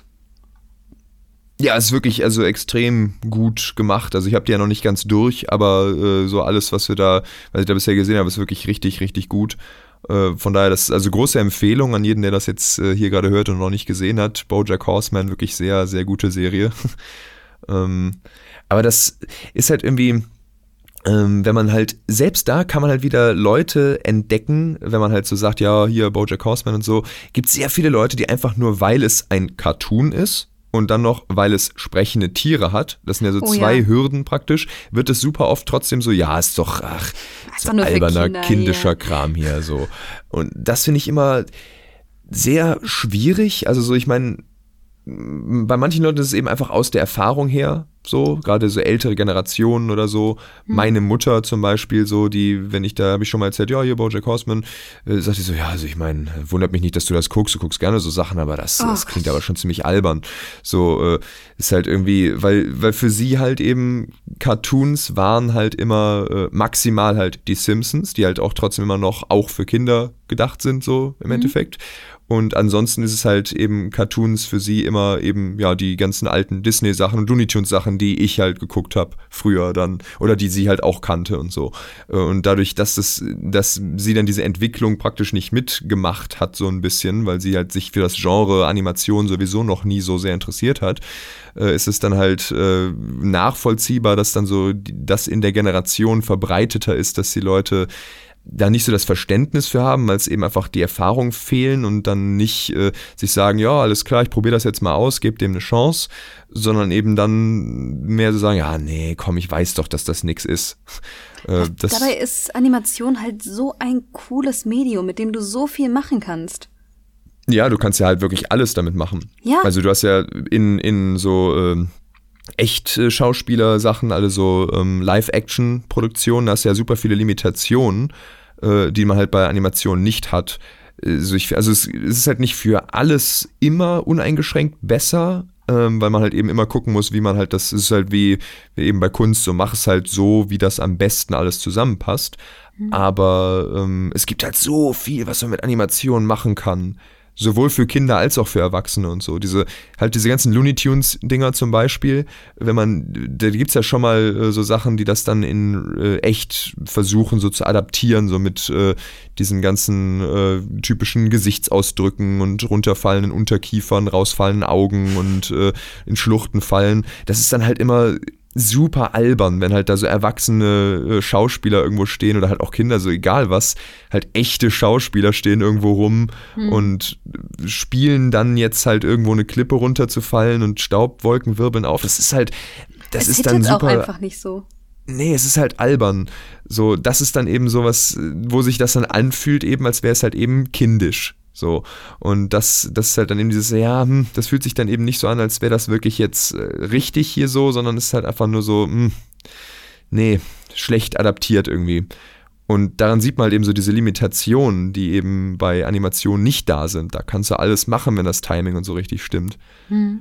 Ja, es ist wirklich also extrem gut gemacht. Also ich habe die ja noch nicht ganz durch, aber äh, so alles, was wir da, was ich da bisher gesehen habe, ist wirklich richtig, richtig gut. Äh, von daher, das ist also große Empfehlung an jeden, der das jetzt äh, hier gerade hört und noch nicht gesehen hat. BoJack Horseman, wirklich sehr, sehr gute Serie. ähm, aber das ist halt irgendwie, ähm, wenn man halt, selbst da kann man halt wieder Leute entdecken, wenn man halt so sagt, ja, hier BoJack Horseman und so, gibt es sehr viele Leute, die einfach nur, weil es ein Cartoon ist, und dann noch, weil es sprechende Tiere hat, das sind ja so oh, zwei ja. Hürden praktisch, wird es super oft trotzdem so, ja, ist doch, ach, so alberner, Kinder, kindischer hier. Kram hier, so. Und das finde ich immer sehr schwierig, also so, ich meine, bei manchen Leuten ist es eben einfach aus der Erfahrung her, so, gerade so ältere Generationen oder so. Hm. Meine Mutter zum Beispiel, so, die, wenn ich da, habe ich schon mal erzählt, ja, hier BoJack Horseman, äh, sagt die so, ja, also ich meine, wundert mich nicht, dass du das guckst, du guckst gerne so Sachen, aber das, oh, das klingt aber schon ziemlich albern. So, äh, ist halt irgendwie, weil, weil für sie halt eben Cartoons waren halt immer äh, maximal halt die Simpsons, die halt auch trotzdem immer noch auch für Kinder gedacht sind, so im mhm. Endeffekt. Und ansonsten ist es halt eben Cartoons für sie immer eben, ja, die ganzen alten Disney-Sachen und Looney Tunes-Sachen, die ich halt geguckt habe früher dann, oder die sie halt auch kannte und so. Und dadurch, dass das, dass sie dann diese Entwicklung praktisch nicht mitgemacht hat, so ein bisschen, weil sie halt sich für das Genre Animation sowieso noch nie so sehr interessiert hat, ist es dann halt äh, nachvollziehbar, dass dann so das in der Generation verbreiteter ist, dass die Leute da nicht so das Verständnis für haben, weil es eben einfach die Erfahrung fehlen und dann nicht äh, sich sagen, ja, alles klar, ich probiere das jetzt mal aus, gebe dem eine Chance, sondern eben dann mehr so sagen, ja, nee, komm, ich weiß doch, dass das nix ist. Äh, das Dabei ist Animation halt so ein cooles Medium, mit dem du so viel machen kannst. Ja, du kannst ja halt wirklich alles damit machen. Ja. Also du hast ja in, in so ähm, echt äh, Schauspieler-Sachen, alle so ähm, Live-Action-Produktionen, da hast du ja super viele Limitationen, äh, die man halt bei Animationen nicht hat. Also, ich, also es, es ist halt nicht für alles immer uneingeschränkt besser, ähm, weil man halt eben immer gucken muss, wie man halt, das ist halt wie, wie eben bei Kunst, so mach es halt so, wie das am besten alles zusammenpasst. Mhm. Aber ähm, es gibt halt so viel, was man mit Animationen machen kann. Sowohl für Kinder als auch für Erwachsene und so. Diese, halt diese ganzen Looney Tunes-Dinger zum Beispiel, wenn man, da gibt's ja schon mal äh, so Sachen, die das dann in äh, echt versuchen, so zu adaptieren, so mit äh, diesen ganzen äh, typischen Gesichtsausdrücken und runterfallenden Unterkiefern, rausfallenden Augen und äh, in Schluchten fallen. Das ist dann halt immer super albern, wenn halt da so erwachsene äh, Schauspieler irgendwo stehen oder halt auch Kinder, so egal was, halt echte Schauspieler stehen irgendwo rum hm. und spielen dann jetzt halt irgendwo eine Klippe runterzufallen und Staubwolken wirbeln auf. Das ist halt, das es ist dann super. Auch einfach nicht so. Nee, es ist halt albern. So, das ist dann eben sowas, wo sich das dann anfühlt, eben als wäre es halt eben kindisch. So, und das, das ist halt dann eben dieses, ja, hm, das fühlt sich dann eben nicht so an, als wäre das wirklich jetzt äh, richtig hier so, sondern es ist halt einfach nur so, hm, nee, schlecht adaptiert irgendwie. Und daran sieht man halt eben so diese Limitationen, die eben bei Animationen nicht da sind. Da kannst du alles machen, wenn das Timing und so richtig stimmt. Mhm.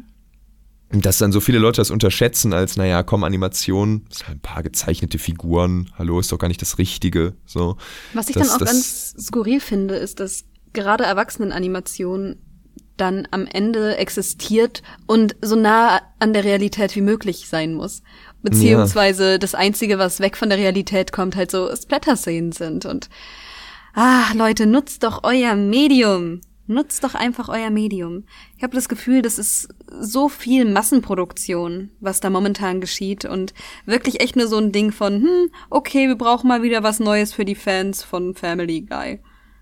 Und dass dann so viele Leute das unterschätzen als, naja, komm, Animation, das sind halt ein paar gezeichnete Figuren, hallo, ist doch gar nicht das Richtige. So, was ich das, dann auch das, ganz skurril finde, ist, dass gerade Erwachsenenanimation dann am Ende existiert und so nah an der Realität wie möglich sein muss. Beziehungsweise ja. das Einzige, was weg von der Realität kommt, halt so Splatter-Szenen sind. Und ah, Leute, nutzt doch euer Medium. Nutzt doch einfach euer Medium. Ich habe das Gefühl, das ist so viel Massenproduktion, was da momentan geschieht und wirklich echt nur so ein Ding von, hm, okay, wir brauchen mal wieder was Neues für die Fans von Family Guy.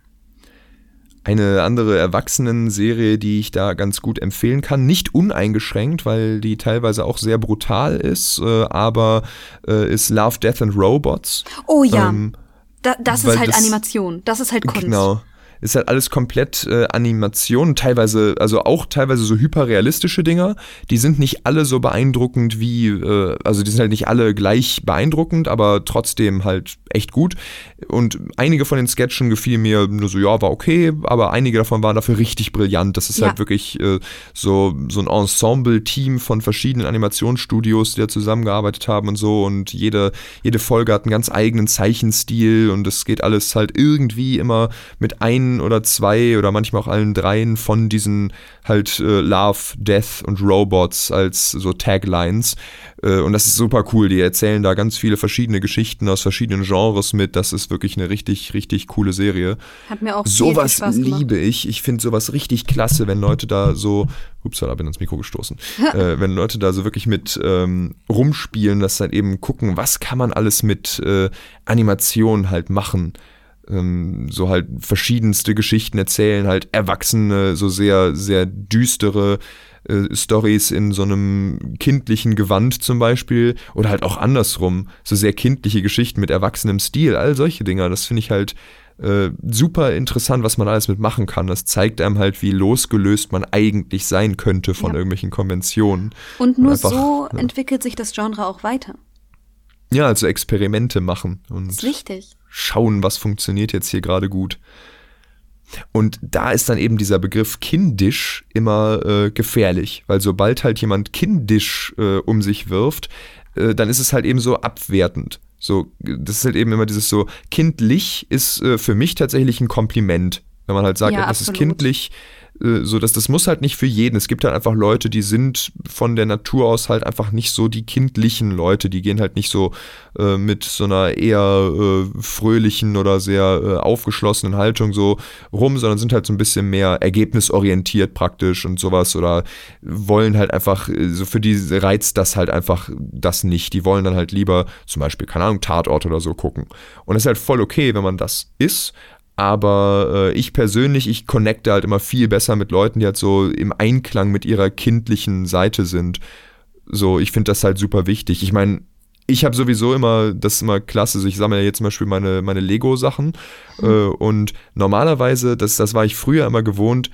Eine andere Erwachsenen-Serie, die ich da ganz gut empfehlen kann, nicht uneingeschränkt, weil die teilweise auch sehr brutal ist, äh, aber äh, ist Love, Death and Robots. Oh ja, ähm, da, das ist halt das, Animation, das ist halt Kunst. Genau. Ist halt alles komplett äh, Animation, teilweise, also auch teilweise so hyperrealistische Dinger. Die sind nicht alle so beeindruckend wie, äh, also die sind halt nicht alle gleich beeindruckend, aber trotzdem halt echt gut. Und einige von den Sketchen gefielen mir nur so, ja, war okay, aber einige davon waren dafür richtig brillant. Das ist ja. halt wirklich äh, so, so ein Ensemble-Team von verschiedenen Animationsstudios, die da zusammengearbeitet haben und so. Und jede, jede Folge hat einen ganz eigenen Zeichenstil und es geht alles halt irgendwie immer mit ein oder zwei oder manchmal auch allen dreien von diesen halt äh, Love, Death und Robots als so Taglines. Äh, und das ist super cool. Die erzählen da ganz viele verschiedene Geschichten aus verschiedenen Genres mit. Das ist wirklich eine richtig, richtig coole Serie. Hat mir auch sowas viel, viel Spaß gemacht. Liebe ich. Ich finde sowas richtig klasse, wenn Leute da so, ups, da bin ich ins Mikro gestoßen, äh, wenn Leute da so wirklich mit ähm, rumspielen, dass dann eben gucken, was kann man alles mit äh, Animation halt machen. So halt verschiedenste Geschichten erzählen, halt erwachsene, so sehr, sehr düstere äh, Storys in so einem kindlichen Gewand zum Beispiel oder halt auch andersrum, so sehr kindliche Geschichten mit erwachsenem Stil, all solche Dinger, das finde ich halt äh, super interessant, was man alles mitmachen kann. Das zeigt einem halt, wie losgelöst man eigentlich sein könnte von ja. irgendwelchen Konventionen. Und nur Und einfach, so ja. entwickelt sich das Genre auch weiter. Ja, also Experimente machen und das ist wichtig. Schauen, was funktioniert jetzt hier gerade gut. Und da ist dann eben dieser Begriff kindisch immer äh, gefährlich, weil sobald halt jemand kindisch äh, um sich wirft, äh, dann ist es halt eben so abwertend. So, das ist halt eben immer dieses so, kindlich ist äh, für mich tatsächlich ein Kompliment. Wenn man halt sagt, ja, etwas absolut. ist kindlich, so dass das muss halt nicht für jeden. Es gibt halt einfach Leute, die sind von der Natur aus halt einfach nicht so die kindlichen Leute, die gehen halt nicht so äh, mit so einer eher äh, fröhlichen oder sehr äh, aufgeschlossenen Haltung so rum, sondern sind halt so ein bisschen mehr ergebnisorientiert praktisch und sowas oder wollen halt einfach, so für die reizt das halt einfach das nicht. Die wollen dann halt lieber zum Beispiel, keine Ahnung, Tatort oder so gucken. Und das ist halt voll okay, wenn man das ist. Aber äh, ich persönlich, ich connecte halt immer viel besser mit Leuten, die halt so im Einklang mit ihrer kindlichen Seite sind. So, ich finde das halt super wichtig. Ich meine, ich habe sowieso immer, das ist immer klasse, also ich sammle ja jetzt zum Beispiel meine, meine Lego-Sachen mhm. äh, und normalerweise, das, das war ich früher immer gewohnt,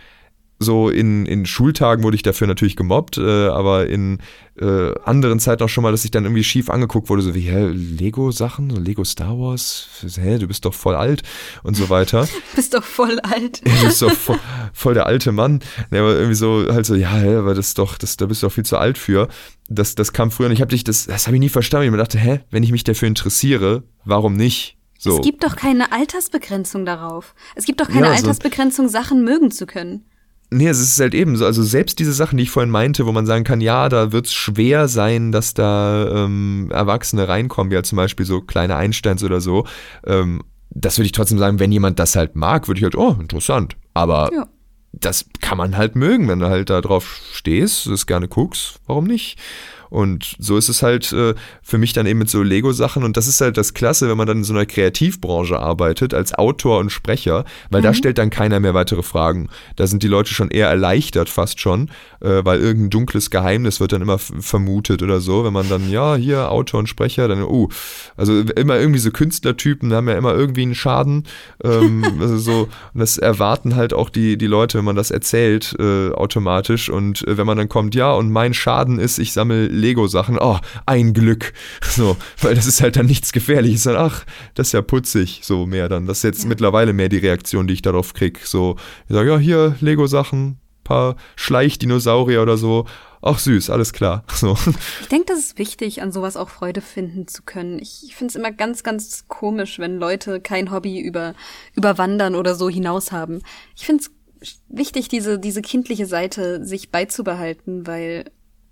so in, in Schultagen wurde ich dafür natürlich gemobbt, äh, aber in äh, anderen Zeiten auch schon mal, dass ich dann irgendwie schief angeguckt wurde, so wie, hä, Lego-Sachen, Lego Star Wars, hä, du bist doch voll alt und so weiter. Du bist doch voll alt. Du bist doch voll, voll der alte Mann. Ja, aber irgendwie so, halt so, ja, hä, aber das ist doch, das, da bist du doch viel zu alt für. Das, das kam früher und ich habe dich, das, das habe ich nie verstanden. Ich mir dachte, hä, wenn ich mich dafür interessiere, warum nicht? So. Es gibt doch keine Altersbegrenzung darauf. Es gibt doch keine ja, Altersbegrenzung, Sachen mögen zu können. Nee, es ist halt eben so, also selbst diese Sachen, die ich vorhin meinte, wo man sagen kann, ja, da wird es schwer sein, dass da ähm, Erwachsene reinkommen, wie halt zum Beispiel so kleine Einsteins oder so, ähm, das würde ich trotzdem sagen, wenn jemand das halt mag, würde ich halt, oh, interessant, aber ja. Das kann man halt mögen, wenn du halt da drauf stehst, das gerne guckst, warum nicht? Und so ist es halt äh, für mich dann eben mit so Lego-Sachen und das ist halt das Klasse, wenn man dann in so einer Kreativbranche arbeitet, als Autor und Sprecher, weil mhm. da stellt dann keiner mehr weitere Fragen. Da sind die Leute schon eher erleichtert fast schon, äh, weil irgendein dunkles Geheimnis wird dann immer f- vermutet oder so, wenn man dann, ja, hier Autor und Sprecher, dann, oh, also immer irgendwie so Künstlertypen haben ja immer irgendwie einen Schaden, ähm, also so, und das erwarten halt auch die, die Leute, wenn man das erzählt, äh, automatisch und äh, wenn man dann kommt, ja, und mein Schaden ist, ich sammle Lego-Sachen, oh, ein Glück. So, weil das ist halt dann nichts Gefährliches. Dann, ach, das ist ja putzig, so mehr dann. Das ist jetzt ja. mittlerweile mehr die Reaktion, die ich darauf kriege. So, ich sage, ja, hier, Lego-Sachen, paar Schleichdinosaurier oder so. Ach süß, alles klar. So. Ich denke, das ist wichtig, an sowas auch Freude finden zu können. Ich, ich finde es immer ganz, ganz komisch, wenn Leute kein Hobby über, über Wandern oder so hinaus haben. Ich finde es wichtig, diese, diese kindliche Seite sich beizubehalten, weil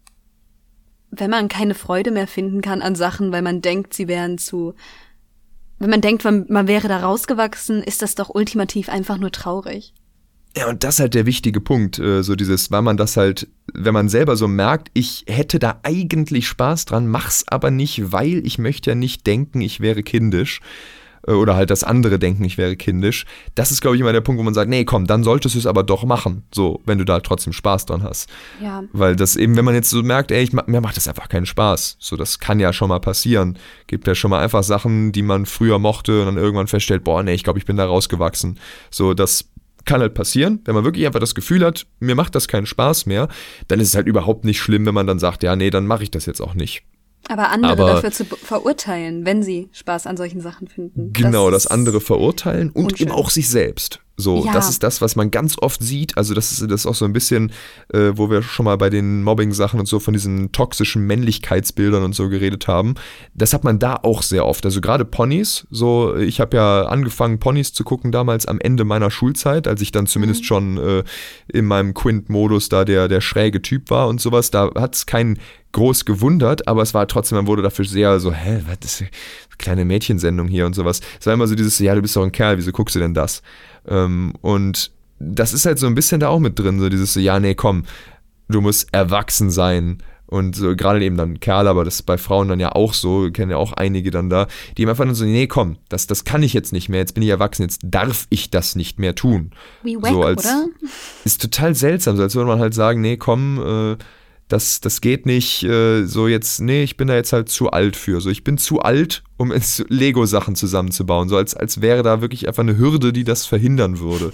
wenn man keine Freude mehr finden kann an Sachen, weil man denkt, sie wären zu, wenn man denkt, man, man wäre da rausgewachsen, ist das doch ultimativ einfach nur traurig. Ja, und das ist halt der wichtige Punkt, äh, so dieses, weil man das halt, wenn man selber so merkt, ich hätte da eigentlich Spaß dran, mach's aber nicht, weil ich möchte ja nicht denken, ich wäre kindisch. Oder halt das andere denken, ich wäre kindisch. Das ist, glaube ich, immer der Punkt, wo man sagt, nee, komm, dann solltest du es aber doch machen, so, wenn du da trotzdem Spaß dran hast. Ja. Weil das eben, wenn man jetzt so merkt, ey, ich, mir macht das einfach keinen Spaß, so, das kann ja schon mal passieren. Gibt ja schon mal einfach Sachen, die man früher mochte und dann irgendwann feststellt, boah, nee, ich glaube, ich bin da rausgewachsen. So, das kann halt passieren, wenn man wirklich einfach das Gefühl hat, mir macht das keinen Spaß mehr, dann ist es halt überhaupt nicht schlimm, wenn man dann sagt, ja, nee, dann mache ich das jetzt auch nicht. Aber andere Aber dafür zu verurteilen, wenn sie Spaß an solchen Sachen finden. Genau, das, das andere verurteilen und unschön. Eben auch sich selbst. So, ja. Das ist das, was man ganz oft sieht. Also das ist das ist auch so ein bisschen, äh, wo wir schon mal bei den Mobbing-Sachen und so von diesen toxischen Männlichkeitsbildern und so geredet haben. Das hat man da auch sehr oft. Also gerade Ponys. So, ich habe ja angefangen, Ponys zu gucken damals am Ende meiner Schulzeit, als ich dann zumindest mhm. schon äh, in meinem Quint-Modus da der, der schräge Typ war und sowas. Da hat es keinen groß gewundert, aber es war trotzdem, man wurde dafür sehr so, hä, was ist eine kleine Mädchensendung hier und sowas. Es war immer so dieses, ja, du bist doch ein Kerl, wieso guckst du denn das? Ähm, und das ist halt so ein bisschen da auch mit drin, so dieses so, ja, nee, komm, du musst erwachsen sein und so, gerade eben dann Kerl, aber das ist bei Frauen dann ja auch so, wir kennen ja auch einige dann da, die einfach dann so, nee, komm, das, das kann ich jetzt nicht mehr, jetzt bin ich erwachsen, jetzt darf ich das nicht mehr tun. Wie wack, so als, oder? Ist total seltsam, so als würde man halt sagen, nee, komm, äh, Das, das geht nicht äh, so jetzt, nee, ich bin da jetzt halt zu alt für. So, ich bin zu alt, um Lego-Sachen zusammenzubauen. So als, als wäre da wirklich einfach eine Hürde, die das verhindern würde.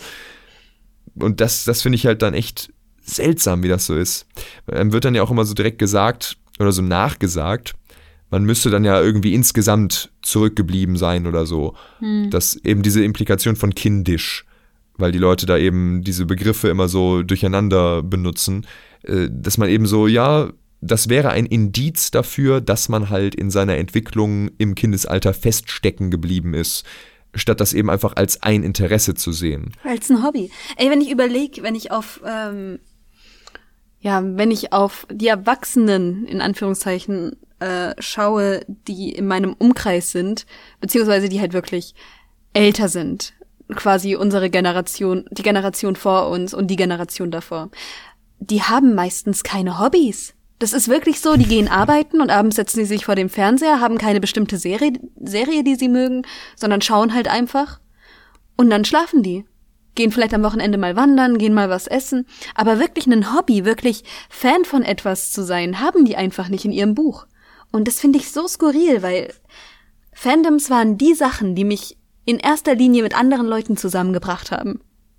Und das, das finde ich halt dann echt seltsam, wie das so ist. Einem wird dann ja auch immer so direkt gesagt oder so nachgesagt, man müsste dann ja irgendwie insgesamt zurückgeblieben sein oder so. Hm. Dass eben diese Implikation von kindisch, weil die Leute da eben diese Begriffe immer so durcheinander benutzen, dass man eben so, ja, das wäre ein Indiz dafür, dass man halt in seiner Entwicklung im Kindesalter feststecken geblieben ist. statt das eben einfach als ein Interesse zu sehen. Als ein Hobby. Ey, wenn ich überlege, wenn ich auf, ähm, ja, wenn ich auf die Erwachsenen, in Anführungszeichen, äh, schaue, die in meinem Umkreis sind, beziehungsweise die halt wirklich älter sind, quasi unsere Generation, die Generation vor uns und die Generation davor, die haben meistens keine Hobbys. Das ist wirklich so, die gehen arbeiten und abends setzen sie sich vor dem Fernseher, haben keine bestimmte Serie, Serie, die sie mögen, sondern schauen halt einfach und dann schlafen die. Gehen vielleicht am Wochenende mal wandern, gehen mal was essen, aber wirklich ein Hobby, wirklich Fan von etwas zu sein, haben die einfach nicht in ihrem Buch. Und das finde ich so skurril, weil Fandoms waren die Sachen, die mich in erster Linie mit anderen Leuten zusammengebracht haben.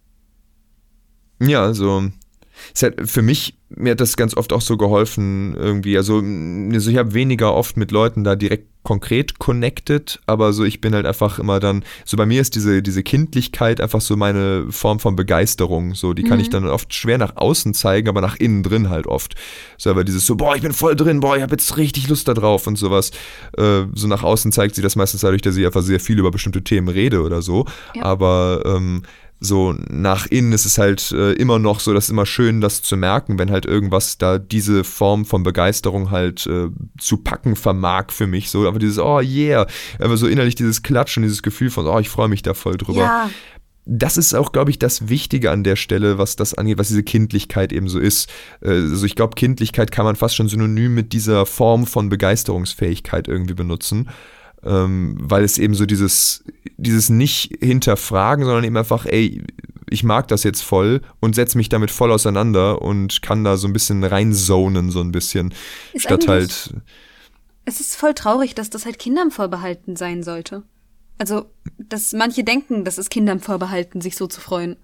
Ja, also ist halt für mich, mir hat das ganz oft auch so geholfen irgendwie, also, also ich habe weniger oft mit Leuten da direkt konkret connected, aber so ich bin halt einfach immer dann, so bei mir ist diese diese Kindlichkeit einfach so meine Form von Begeisterung, so die kann mhm. ich dann oft schwer nach außen zeigen, aber nach innen drin halt oft. So aber dieses so, boah, ich bin voll drin, boah, ich habe jetzt richtig Lust da drauf und sowas. Äh, so nach außen zeigt sie das meistens dadurch, dass ich einfach sehr viel über bestimmte Themen rede oder so, ja. aber ähm, so nach innen ist es halt äh, immer noch so, das ist immer schön, das zu merken, wenn halt irgendwas da diese Form von Begeisterung halt äh, zu packen vermag für mich, so, aber dieses, oh yeah, aber so innerlich dieses Klatschen, dieses Gefühl von, oh, ich freue mich da voll drüber. Ja. Das ist auch, glaube ich, das Wichtige an der Stelle, was das angeht, was diese Kindlichkeit eben so ist. Also ich glaube, Kindlichkeit kann man fast schon synonym mit dieser Form von Begeisterungsfähigkeit irgendwie benutzen. Ähm, weil es eben so dieses, dieses nicht hinterfragen, sondern eben einfach, ey, ich mag das jetzt voll und setze mich damit voll auseinander und kann da so ein bisschen reinzonen, so ein bisschen, ist statt halt... Es ist voll traurig, dass das halt Kindern vorbehalten sein sollte. Also, dass manche denken, das ist Kindern vorbehalten, sich so zu freuen.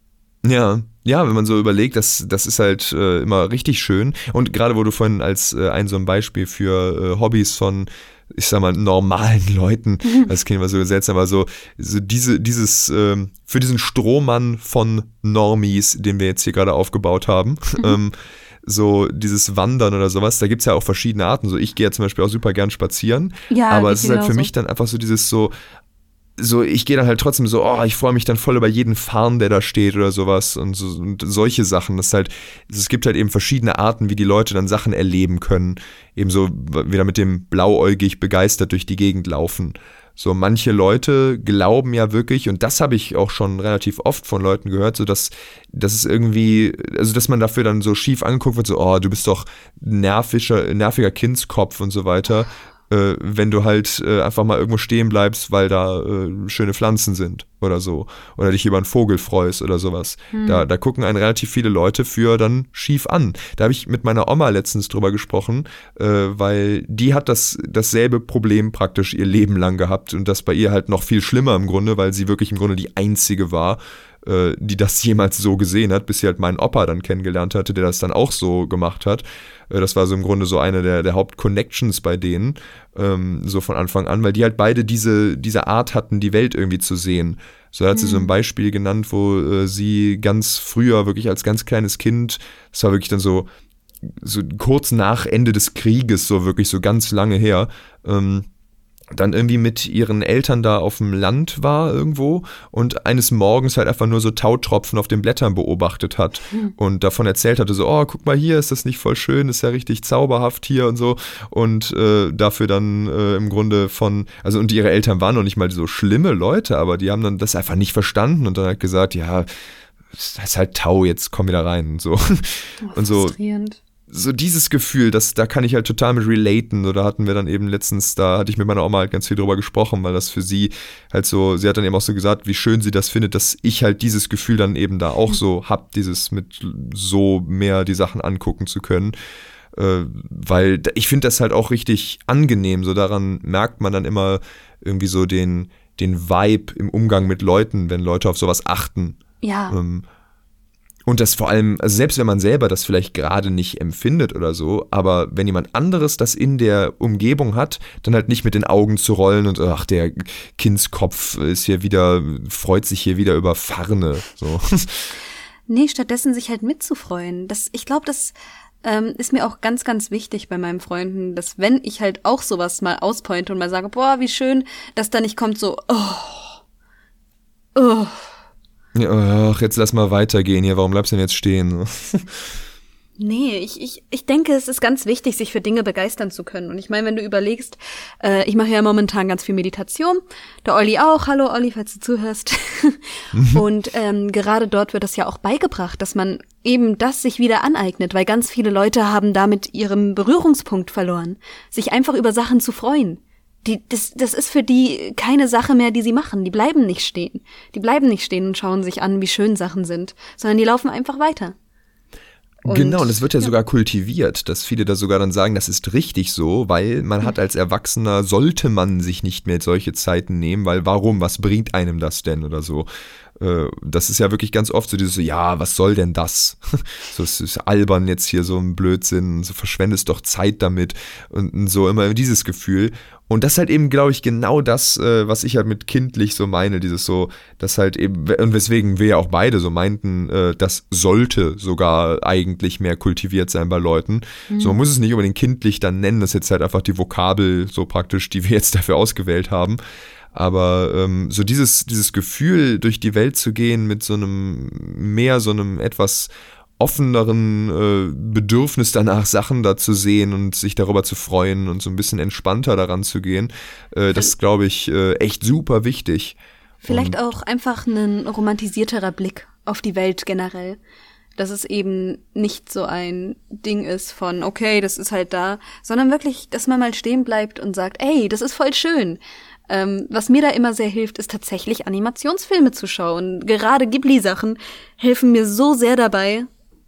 Ja, ja, wenn man so überlegt, das, das ist halt äh, immer richtig schön. Und gerade wo du vorhin als äh, ein so ein Beispiel für äh, Hobbys von, ich sag mal, normalen Leuten, mhm. das klingt immer so seltsam, aber so, so diese, dieses, ähm, für diesen Strohmann von Normies, den wir jetzt hier gerade aufgebaut haben, mhm. ähm, so dieses Wandern oder sowas, da gibt's ja auch verschiedene Arten. So, ich gehe ja zum Beispiel auch super gern spazieren, ja, aber es ist halt für so. mich dann einfach so dieses so, so, ich gehe dann halt trotzdem so, oh, ich freue mich dann voll über jeden Farn, der da steht oder sowas und, so, und solche Sachen. Das ist halt, es gibt halt eben verschiedene Arten, wie die Leute dann Sachen erleben können. Ebenso wieder mit dem blauäugig begeistert durch die Gegend laufen. So, manche Leute glauben ja wirklich, und das habe ich auch schon relativ oft von Leuten gehört, so dass, dass es irgendwie, also dass man dafür dann so schief angeguckt wird, so, oh, du bist doch nerviger, nerviger Kindskopf und so weiter. Äh, wenn du halt äh, einfach mal irgendwo stehen bleibst, weil da äh, schöne Pflanzen sind oder so. Oder dich über einen Vogel freust oder sowas. Hm. Da, da gucken einen relativ viele Leute für dann schief an. Da habe ich mit meiner Oma letztens drüber gesprochen, äh, weil die hat das dasselbe Problem praktisch ihr Leben lang gehabt und das bei ihr halt noch viel schlimmer im Grunde, weil sie wirklich im Grunde die Einzige war, äh, die das jemals so gesehen hat, bis sie halt meinen Opa dann kennengelernt hatte, der das dann auch so gemacht hat. Das war so im Grunde so eine der, der Hauptconnections bei denen, ähm, so von Anfang an, weil die halt beide diese, diese Art hatten, die Welt irgendwie zu sehen. So hat sie mhm. so ein Beispiel genannt, wo äh, sie ganz früher, wirklich als ganz kleines Kind, das war wirklich dann so, so kurz nach Ende des Krieges, so wirklich so ganz lange her, ähm, dann irgendwie mit ihren Eltern da auf dem Land war irgendwo und eines Morgens halt einfach nur so Tautropfen auf den Blättern beobachtet hat mhm. und davon erzählt hatte, so, oh, guck mal hier, ist das nicht voll schön, ist ja richtig zauberhaft hier und so und äh, dafür dann äh, im Grunde von, also und ihre Eltern waren noch nicht mal so schlimme Leute, aber die haben dann das einfach nicht verstanden und dann halt gesagt, ja, das ist halt Tau, jetzt komm wieder rein und so. Oh, und so. Frustrierend. So dieses Gefühl, das, da kann ich halt total mit relaten. So, da hatten wir dann eben letztens, da hatte ich mit meiner Oma halt ganz viel drüber gesprochen, weil das für sie halt so, sie hat dann eben auch so gesagt, wie schön sie das findet, dass ich halt dieses Gefühl dann eben da auch so hab, dieses mit so mehr die Sachen angucken zu können. Äh, weil ich finde das halt auch richtig angenehm. So daran merkt man dann immer irgendwie so den, den Vibe im Umgang mit Leuten, wenn Leute auf sowas achten. Ja. Ähm, Und das vor allem, also selbst wenn man selber das vielleicht gerade nicht empfindet oder so, aber wenn jemand anderes das in der Umgebung hat, dann halt nicht mit den Augen zu rollen und ach, der Kindskopf ist hier wieder, freut sich hier wieder über Farne. So. Nee, stattdessen sich halt mitzufreuen. Das, ich glaube, das ähm, ist mir auch ganz, ganz wichtig bei meinen Freunden, dass wenn ich halt auch sowas mal auspointe und mal sage, boah, wie schön, dass da nicht kommt so, oh, Oh. Ja, ach, jetzt lass mal weitergehen hier, warum bleibst du denn jetzt stehen? Nee, ich, ich, ich denke, es ist ganz wichtig, sich für Dinge begeistern zu können. Und ich meine, wenn du überlegst, äh, ich mache ja momentan ganz viel Meditation, der Olli auch, hallo Olli, falls du zuhörst. Mhm. Und ähm, gerade dort wird das ja auch beigebracht, dass man eben das sich wieder aneignet, weil ganz viele Leute haben damit ihren Berührungspunkt verloren, sich einfach über Sachen zu freuen. Die, das, das ist für die keine Sache mehr, die sie machen. Die bleiben nicht stehen. Die bleiben nicht stehen und schauen sich an, wie schön Sachen sind, sondern die laufen einfach weiter. Und, genau, und es wird ja, ja sogar kultiviert, dass viele da sogar dann sagen, das ist richtig so, weil man hat als Erwachsener, sollte man sich nicht mehr solche Zeiten nehmen, weil warum, was bringt einem das denn oder so. Das ist ja wirklich ganz oft so dieses so, ja, was soll denn das? So, es ist albern jetzt hier so ein Blödsinn, so verschwendest doch Zeit damit und so immer dieses Gefühl. Und das ist halt eben, glaube ich, genau das, was ich halt mit kindlich so meine, dieses so, das halt eben, und weswegen wir ja auch beide so meinten, das sollte sogar eigentlich mehr kultiviert sein bei Leuten. Mhm. So, man muss es nicht unbedingt kindlich dann nennen, das ist jetzt halt einfach die Vokabel so praktisch, die wir jetzt dafür ausgewählt haben. Aber ähm, so dieses, dieses Gefühl, durch die Welt zu gehen mit so einem, mehr so einem etwas offeneren äh, Bedürfnis danach, Sachen da zu sehen und sich darüber zu freuen und so ein bisschen entspannter daran zu gehen, äh, das ist, glaube ich, äh, echt super wichtig. Vielleicht und auch einfach ein romantisierterer Blick auf die Welt generell. Dass es eben nicht so ein Ding ist von, okay, das ist halt da, sondern wirklich, dass man mal stehen bleibt und sagt, ey, das ist voll schön. Ähm, was mir da immer sehr hilft, ist tatsächlich Animationsfilme zu schauen. Gerade Ghibli-Sachen helfen mir so sehr dabei,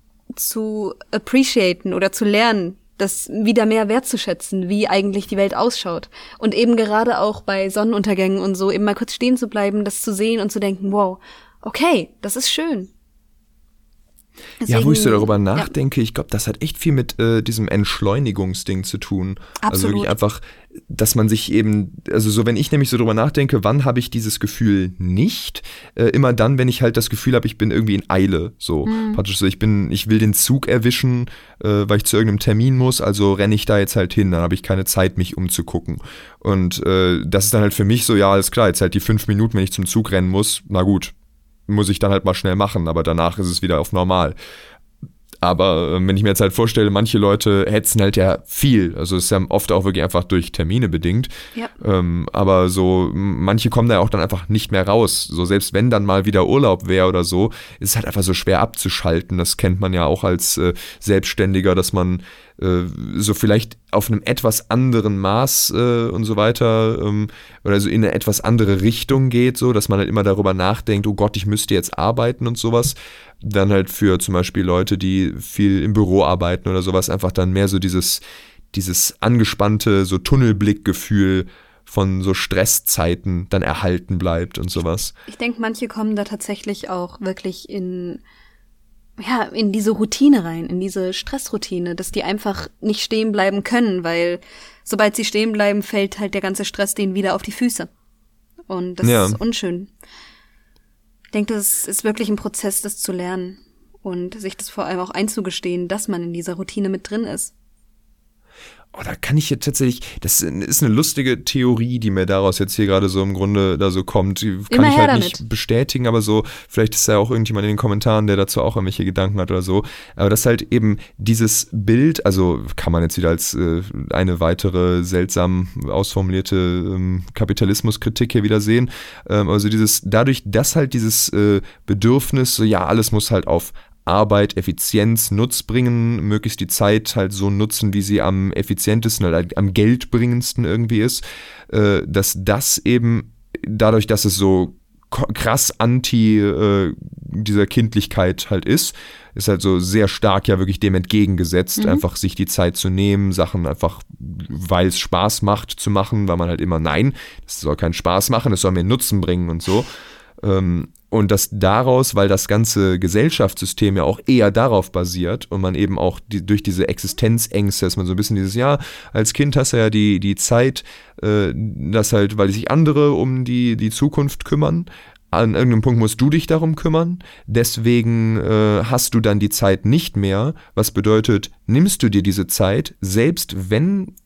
zu appreciaten oder zu lernen, das wieder mehr wertzuschätzen, wie eigentlich die Welt ausschaut. Und eben gerade auch bei Sonnenuntergängen und so, eben mal kurz stehen zu bleiben, das zu sehen und zu denken, wow, okay, das ist schön. Deswegen, ja, wo ich so darüber nachdenke, ja. Ich glaube, das hat echt viel mit äh, diesem Entschleunigungsding zu tun. Absolut. Also wirklich einfach, dass man sich eben, also so, wenn ich nämlich so drüber nachdenke, wann habe ich dieses Gefühl nicht? Äh, immer dann, wenn ich halt das Gefühl habe, ich bin irgendwie in Eile. So mhm. praktisch so, ich bin, ich will den Zug erwischen, äh, weil ich zu irgendeinem Termin muss, also renne ich da jetzt halt hin, dann habe ich keine Zeit, mich umzugucken. Und äh, das ist dann halt für mich so, ja, alles klar, jetzt halt die fünf Minuten, wenn ich zum Zug rennen muss, na gut. Muss ich dann halt mal schnell machen, aber danach ist es wieder auf normal. Aber wenn ich mir jetzt halt vorstelle, manche Leute hetzen halt ja viel, also es ist ja oft auch wirklich einfach durch Termine bedingt, ja. ähm, aber so, manche kommen da auch dann einfach nicht mehr raus, so selbst wenn dann mal wieder Urlaub wäre oder so, ist es halt einfach so schwer abzuschalten, das kennt man ja auch als äh, Selbstständiger, dass man äh, so vielleicht auf einem etwas anderen Maß äh, und so weiter ähm, oder so in eine etwas andere Richtung geht, so, dass man halt immer darüber nachdenkt, oh Gott, ich müsste jetzt arbeiten und sowas. Dann halt für zum Beispiel Leute, die viel im Büro arbeiten oder sowas, einfach dann mehr so dieses, dieses angespannte, so Tunnelblickgefühl von so Stresszeiten dann erhalten bleibt und sowas. Ich denke, manche kommen da tatsächlich auch wirklich in, ja, in diese Routine rein, in diese Stressroutine, dass die einfach nicht stehen bleiben können, weil sobald sie stehen bleiben, fällt halt der ganze Stress denen wieder auf die Füße. Und das ja. ist unschön. Ich denke, das ist wirklich ein Prozess, das zu lernen und sich das vor allem auch einzugestehen, dass man in dieser Routine mit drin ist. Oh, da kann ich jetzt tatsächlich, das ist eine lustige Theorie, die mir daraus jetzt hier gerade so im Grunde da so kommt. Die kann Immer ich halt damit. nicht bestätigen, aber so, vielleicht ist ja auch irgendjemand in den Kommentaren, der dazu auch irgendwelche Gedanken hat oder so. Aber das halt eben dieses Bild, also kann man jetzt wieder als äh, eine weitere seltsam ausformulierte ähm, Kapitalismuskritik hier wieder sehen. Ähm, also dieses, dadurch, dass halt dieses äh, Bedürfnis, so ja, alles muss halt auf Arbeit, Effizienz, Nutz bringen, möglichst die Zeit halt so nutzen, wie sie am effizientesten oder am geldbringendsten irgendwie ist, äh, dass das eben dadurch, dass es so krass anti äh, dieser Kindlichkeit halt ist, ist halt so sehr stark ja wirklich dem entgegengesetzt, mhm. einfach sich die Zeit zu nehmen, Sachen einfach, weil es Spaß macht, zu machen, weil man halt immer, nein, das soll keinen Spaß machen, es soll mir Nutzen bringen und so. Ähm, Und dass daraus, weil das ganze Gesellschaftssystem ja auch eher darauf basiert und man eben auch die, durch diese Existenzängste, dass man so ein bisschen dieses, ja, als Kind hast du ja die, die Zeit, äh, dass halt, weil sich andere um die, die Zukunft kümmern, an irgendeinem Punkt musst du dich darum kümmern, deswegen äh, hast du dann die Zeit nicht mehr, was bedeutet, nimmst du dir diese Zeit, selbst wenn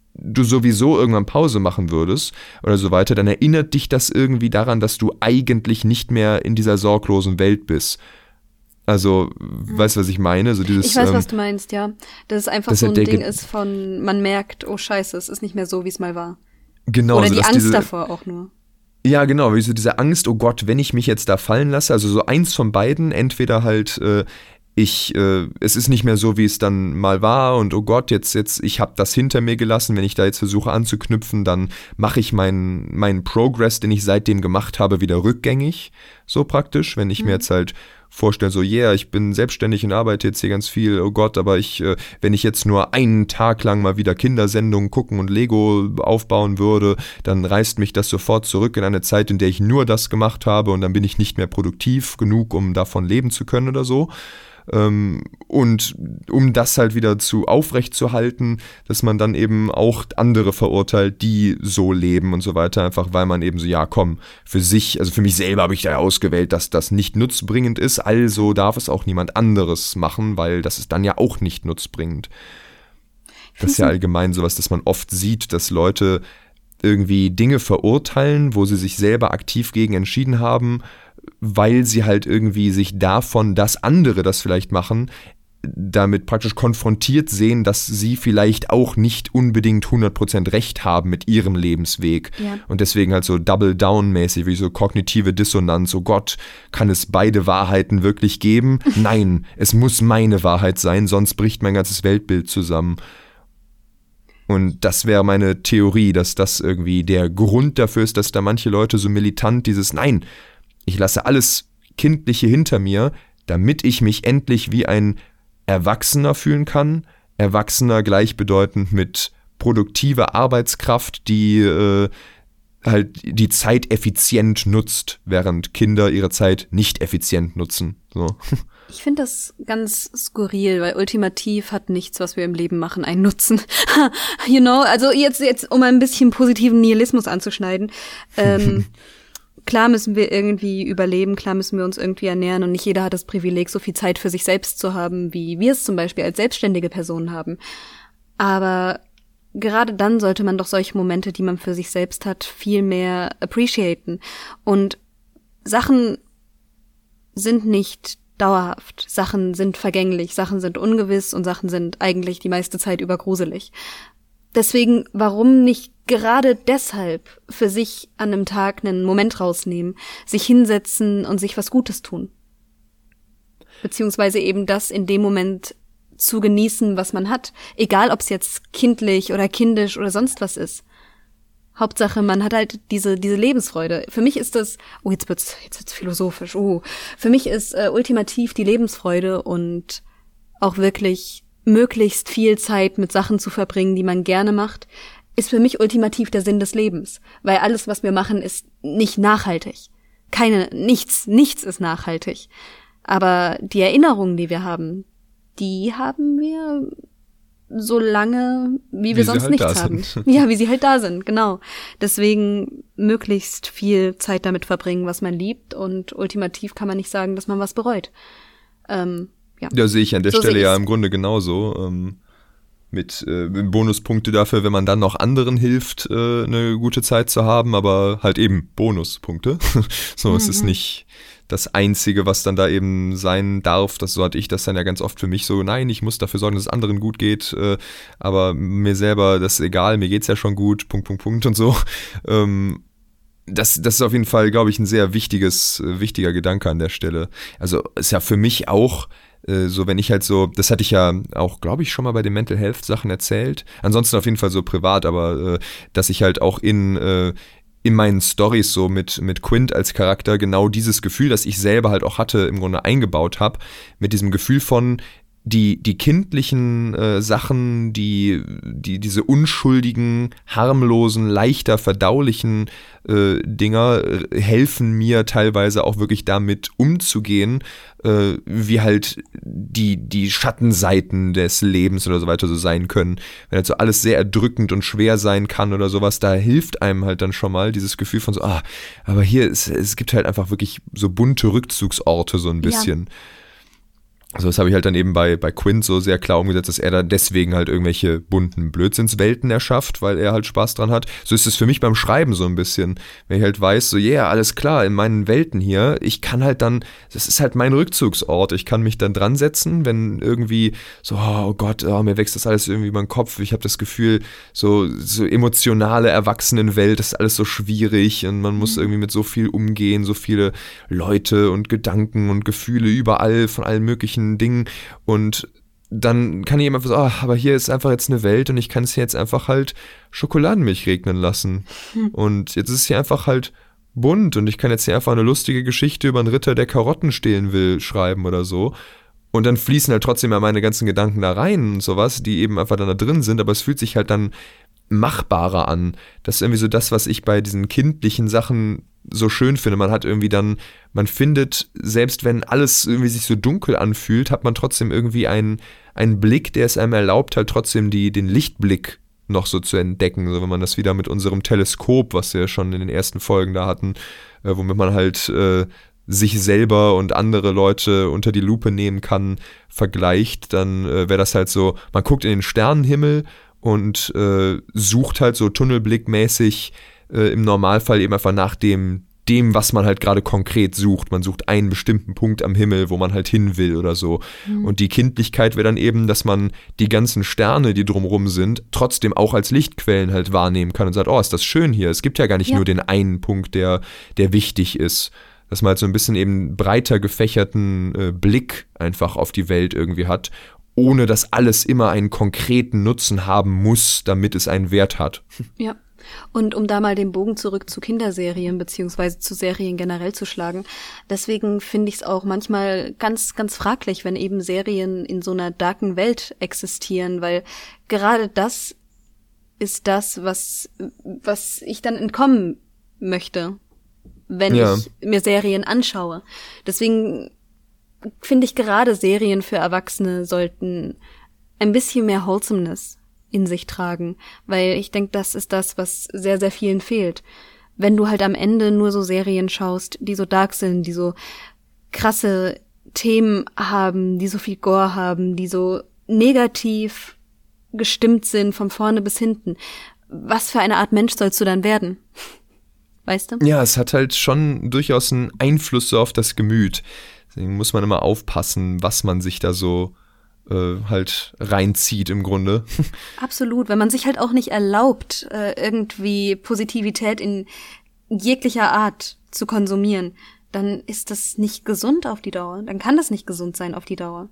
du sowieso irgendwann Pause machen würdest oder so weiter, dann erinnert dich das irgendwie daran, dass du eigentlich nicht mehr in dieser sorglosen Welt bist. Also, mhm. weißt du, was ich meine? So dieses, ich weiß, ähm, was du meinst, ja. Dass es einfach dass so ein der Ding Ge- ist von, man merkt, oh scheiße, es ist nicht mehr so, wie es mal war. Genau. Oder so, die dass Angst diese, davor auch nur. Ja, genau, wie so diese Angst, oh Gott, wenn ich mich jetzt da fallen lasse, also so eins von beiden, entweder halt, äh, ich, äh, es ist nicht mehr so, wie es dann mal war und oh Gott, jetzt, jetzt, ich habe das hinter mir gelassen, wenn ich da jetzt versuche anzuknüpfen, dann mache ich meinen meinen Progress, den ich seitdem gemacht habe, wieder rückgängig, so praktisch, wenn ich mhm. mir jetzt halt vorstelle, so yeah, ich bin selbstständig und arbeite jetzt hier ganz viel, oh Gott, aber ich, äh, wenn ich jetzt nur einen Tag lang mal wieder Kindersendungen gucken und Lego aufbauen würde, dann reißt mich das sofort zurück in eine Zeit, in der ich nur das gemacht habe und dann bin ich nicht mehr produktiv genug, um davon leben zu können oder so. Ähm, und um das halt wieder zu aufrecht zu halten, dass man dann eben auch andere verurteilt, die so leben und so weiter, einfach weil man eben so, ja komm, für sich, also für mich selber habe ich da ja ausgewählt, dass das nicht nutzbringend ist, also darf es auch niemand anderes machen, weil das ist dann ja auch nicht nutzbringend. Das ist ja allgemein sowas, dass man oft sieht, dass Leute irgendwie Dinge verurteilen, wo sie sich selber aktiv gegen entschieden haben, weil sie halt irgendwie sich davon, dass andere das vielleicht machen, damit praktisch konfrontiert sehen, dass sie vielleicht auch nicht unbedingt hundert Prozent recht haben mit ihrem Lebensweg. Ja. Und deswegen halt so Double-Down-mäßig, wie so kognitive Dissonanz. Oh Gott, kann es beide Wahrheiten wirklich geben? Nein, es muss meine Wahrheit sein, sonst bricht mein ganzes Weltbild zusammen. Und das wäre meine Theorie, dass das irgendwie der Grund dafür ist, dass da manche Leute so militant dieses Nein, ich lasse alles Kindliche hinter mir, damit ich mich endlich wie ein Erwachsener fühlen kann. Erwachsener gleichbedeutend mit produktiver Arbeitskraft, die äh, halt die Zeit effizient nutzt, während Kinder ihre Zeit nicht effizient nutzen. So. Ich finde das ganz skurril, weil ultimativ hat nichts, was wir im Leben machen, einen Nutzen. You know, also jetzt, jetzt um ein bisschen positiven Nihilismus anzuschneiden. Ähm, Klar müssen wir irgendwie überleben, klar müssen wir uns irgendwie ernähren und nicht jeder hat das Privileg, so viel Zeit für sich selbst zu haben, wie wir es zum Beispiel als selbstständige Personen haben. Aber gerade dann sollte man doch solche Momente, die man für sich selbst hat, viel mehr appreciaten. Und Sachen sind nicht dauerhaft, Sachen sind vergänglich, Sachen sind ungewiss und Sachen sind eigentlich die meiste Zeit über gruselig. Deswegen, warum nicht gerade deshalb für sich an einem Tag einen Moment rausnehmen, sich hinsetzen und sich was Gutes tun? Beziehungsweise eben das in dem Moment zu genießen, was man hat. Egal, ob es jetzt kindlich oder kindisch oder sonst was ist. Hauptsache, man hat halt diese diese Lebensfreude. Für mich ist das, oh, jetzt wird's, jetzt wird's philosophisch, oh. Für mich ist äh, ultimativ die Lebensfreude und auch wirklich möglichst viel Zeit mit Sachen zu verbringen, die man gerne macht, ist für mich ultimativ der Sinn des Lebens. Weil alles, was wir machen, ist nicht nachhaltig. Keine, nichts, nichts ist nachhaltig. Aber die Erinnerungen, die wir haben, die haben wir so lange, wie wir wie sonst halt nichts haben. Ja, wie sie halt da sind, genau. Deswegen möglichst viel Zeit damit verbringen, was man liebt und ultimativ kann man nicht sagen, dass man was bereut. Ähm, Ja, ja sehe ich an der so Stelle ja im Grunde genauso. Ähm, mit äh, Bonuspunkte dafür, wenn man dann noch anderen hilft, äh, eine gute Zeit zu haben, aber halt eben Bonuspunkte. so, mhm. Es ist nicht das Einzige, was dann da eben sein darf. Das, so hatte ich das dann ja ganz oft für mich so, nein, ich muss dafür sorgen, dass es anderen gut geht, äh, aber mir selber, das ist egal, mir geht's ja schon gut, Punkt, Punkt, Punkt und so. Ähm, Das, das ist auf jeden Fall, glaube ich, ein sehr wichtiges, wichtiger Gedanke an der Stelle. Also ist ja für mich auch äh, so, wenn ich halt so, das hatte ich ja auch, glaube ich, schon mal bei den Mental Health Sachen erzählt. Ansonsten auf jeden Fall so privat, aber äh, dass ich halt auch in äh, in meinen Storys so mit mit Quint als Charakter genau dieses Gefühl, das ich selber halt auch hatte, im Grunde eingebaut habe, mit diesem Gefühl von die die kindlichen äh, Sachen, die die diese unschuldigen, harmlosen, leichter verdaulichen äh, Dinger äh, helfen mir teilweise auch wirklich damit umzugehen, äh, wie halt die die Schattenseiten des Lebens oder so weiter so sein können. Wenn halt so alles sehr erdrückend und schwer sein kann oder sowas, da hilft einem halt dann schon mal dieses Gefühl von so, ah, aber hier ist, es gibt halt einfach wirklich so bunte Rückzugsorte so ein bisschen. Ja. Also das habe ich halt dann eben bei, bei Quint so sehr klar umgesetzt, dass er da deswegen halt irgendwelche bunten Blödsinnswelten erschafft, weil er halt Spaß dran hat. So ist es für mich beim Schreiben so ein bisschen, wenn ich halt weiß, so yeah, alles klar, in meinen Welten hier, ich kann halt dann, das ist halt mein Rückzugsort, ich kann mich dann dran setzen, wenn irgendwie so, oh Gott, oh, mir wächst das alles irgendwie über den Kopf, ich habe das Gefühl, so, so emotionale Erwachsenenwelt, das ist alles so schwierig und man muss irgendwie mit so viel umgehen, so viele Leute und Gedanken und Gefühle überall von allen möglichen Dingen und dann kann ich immer so, oh, aber hier ist einfach jetzt eine Welt und ich kann es hier jetzt einfach halt Schokoladenmilch regnen lassen. Hm. Und jetzt ist es hier einfach halt bunt und ich kann jetzt hier einfach eine lustige Geschichte über einen Ritter, der Karotten stehlen will, schreiben oder so. Und dann fließen halt trotzdem ja meine ganzen Gedanken da rein und sowas, die eben einfach dann da drin sind, aber es fühlt sich halt dann machbarer an. Das ist irgendwie so das, was ich bei diesen kindlichen Sachen so schön finde. Man hat irgendwie dann, man findet, selbst wenn alles irgendwie sich so dunkel anfühlt, hat man trotzdem irgendwie einen, einen Blick, der es einem erlaubt, halt trotzdem die, den Lichtblick noch so zu entdecken. So, wenn man das wieder mit unserem Teleskop, was wir schon in den ersten Folgen da hatten, äh, womit man halt äh, sich selber und andere Leute unter die Lupe nehmen kann, vergleicht, dann äh, wäre das halt so, man guckt in den Sternenhimmel und äh, sucht halt so tunnelblickmäßig äh, im Normalfall eben einfach nach dem, dem, was man halt gerade konkret sucht. Man sucht einen bestimmten Punkt am Himmel, wo man halt hin will oder so. Mhm. Und die Kindlichkeit wäre dann eben, dass man die ganzen Sterne, die drumrum sind, trotzdem auch als Lichtquellen halt wahrnehmen kann und sagt, oh, ist das schön hier. Es gibt ja gar nicht ja. nur den einen Punkt, der, der wichtig ist. Dass man halt so ein bisschen eben breiter gefächerten äh, Blick einfach auf die Welt irgendwie hat, ohne dass alles immer einen konkreten Nutzen haben muss, damit es einen Wert hat. Ja, und um da mal den Bogen zurück zu Kinderserien beziehungsweise zu Serien generell zu schlagen, deswegen finde ich es auch manchmal ganz, ganz fraglich, wenn eben Serien in so einer darken Welt existieren, weil gerade das ist das, was, was ich dann entkommen möchte, wenn ja. ich mir Serien anschaue. Deswegen finde ich gerade Serien für Erwachsene sollten ein bisschen mehr Wholesomeness in sich tragen, weil ich denke, das ist das, was sehr, sehr vielen fehlt. Wenn du halt am Ende nur so Serien schaust, die so dark sind, die so krasse Themen haben, die so viel Gore haben, die so negativ gestimmt sind, von vorne bis hinten, was für eine Art Mensch sollst du dann werden? Weißt du? Ja, es hat halt schon durchaus einen Einfluss so auf das Gemüt. Deswegen muss man immer aufpassen, was man sich da so äh, halt reinzieht im Grunde. Absolut, wenn man sich halt auch nicht erlaubt, äh, irgendwie Positivität in jeglicher Art zu konsumieren, dann ist das nicht gesund auf die Dauer. Dann kann das nicht gesund sein auf die Dauer.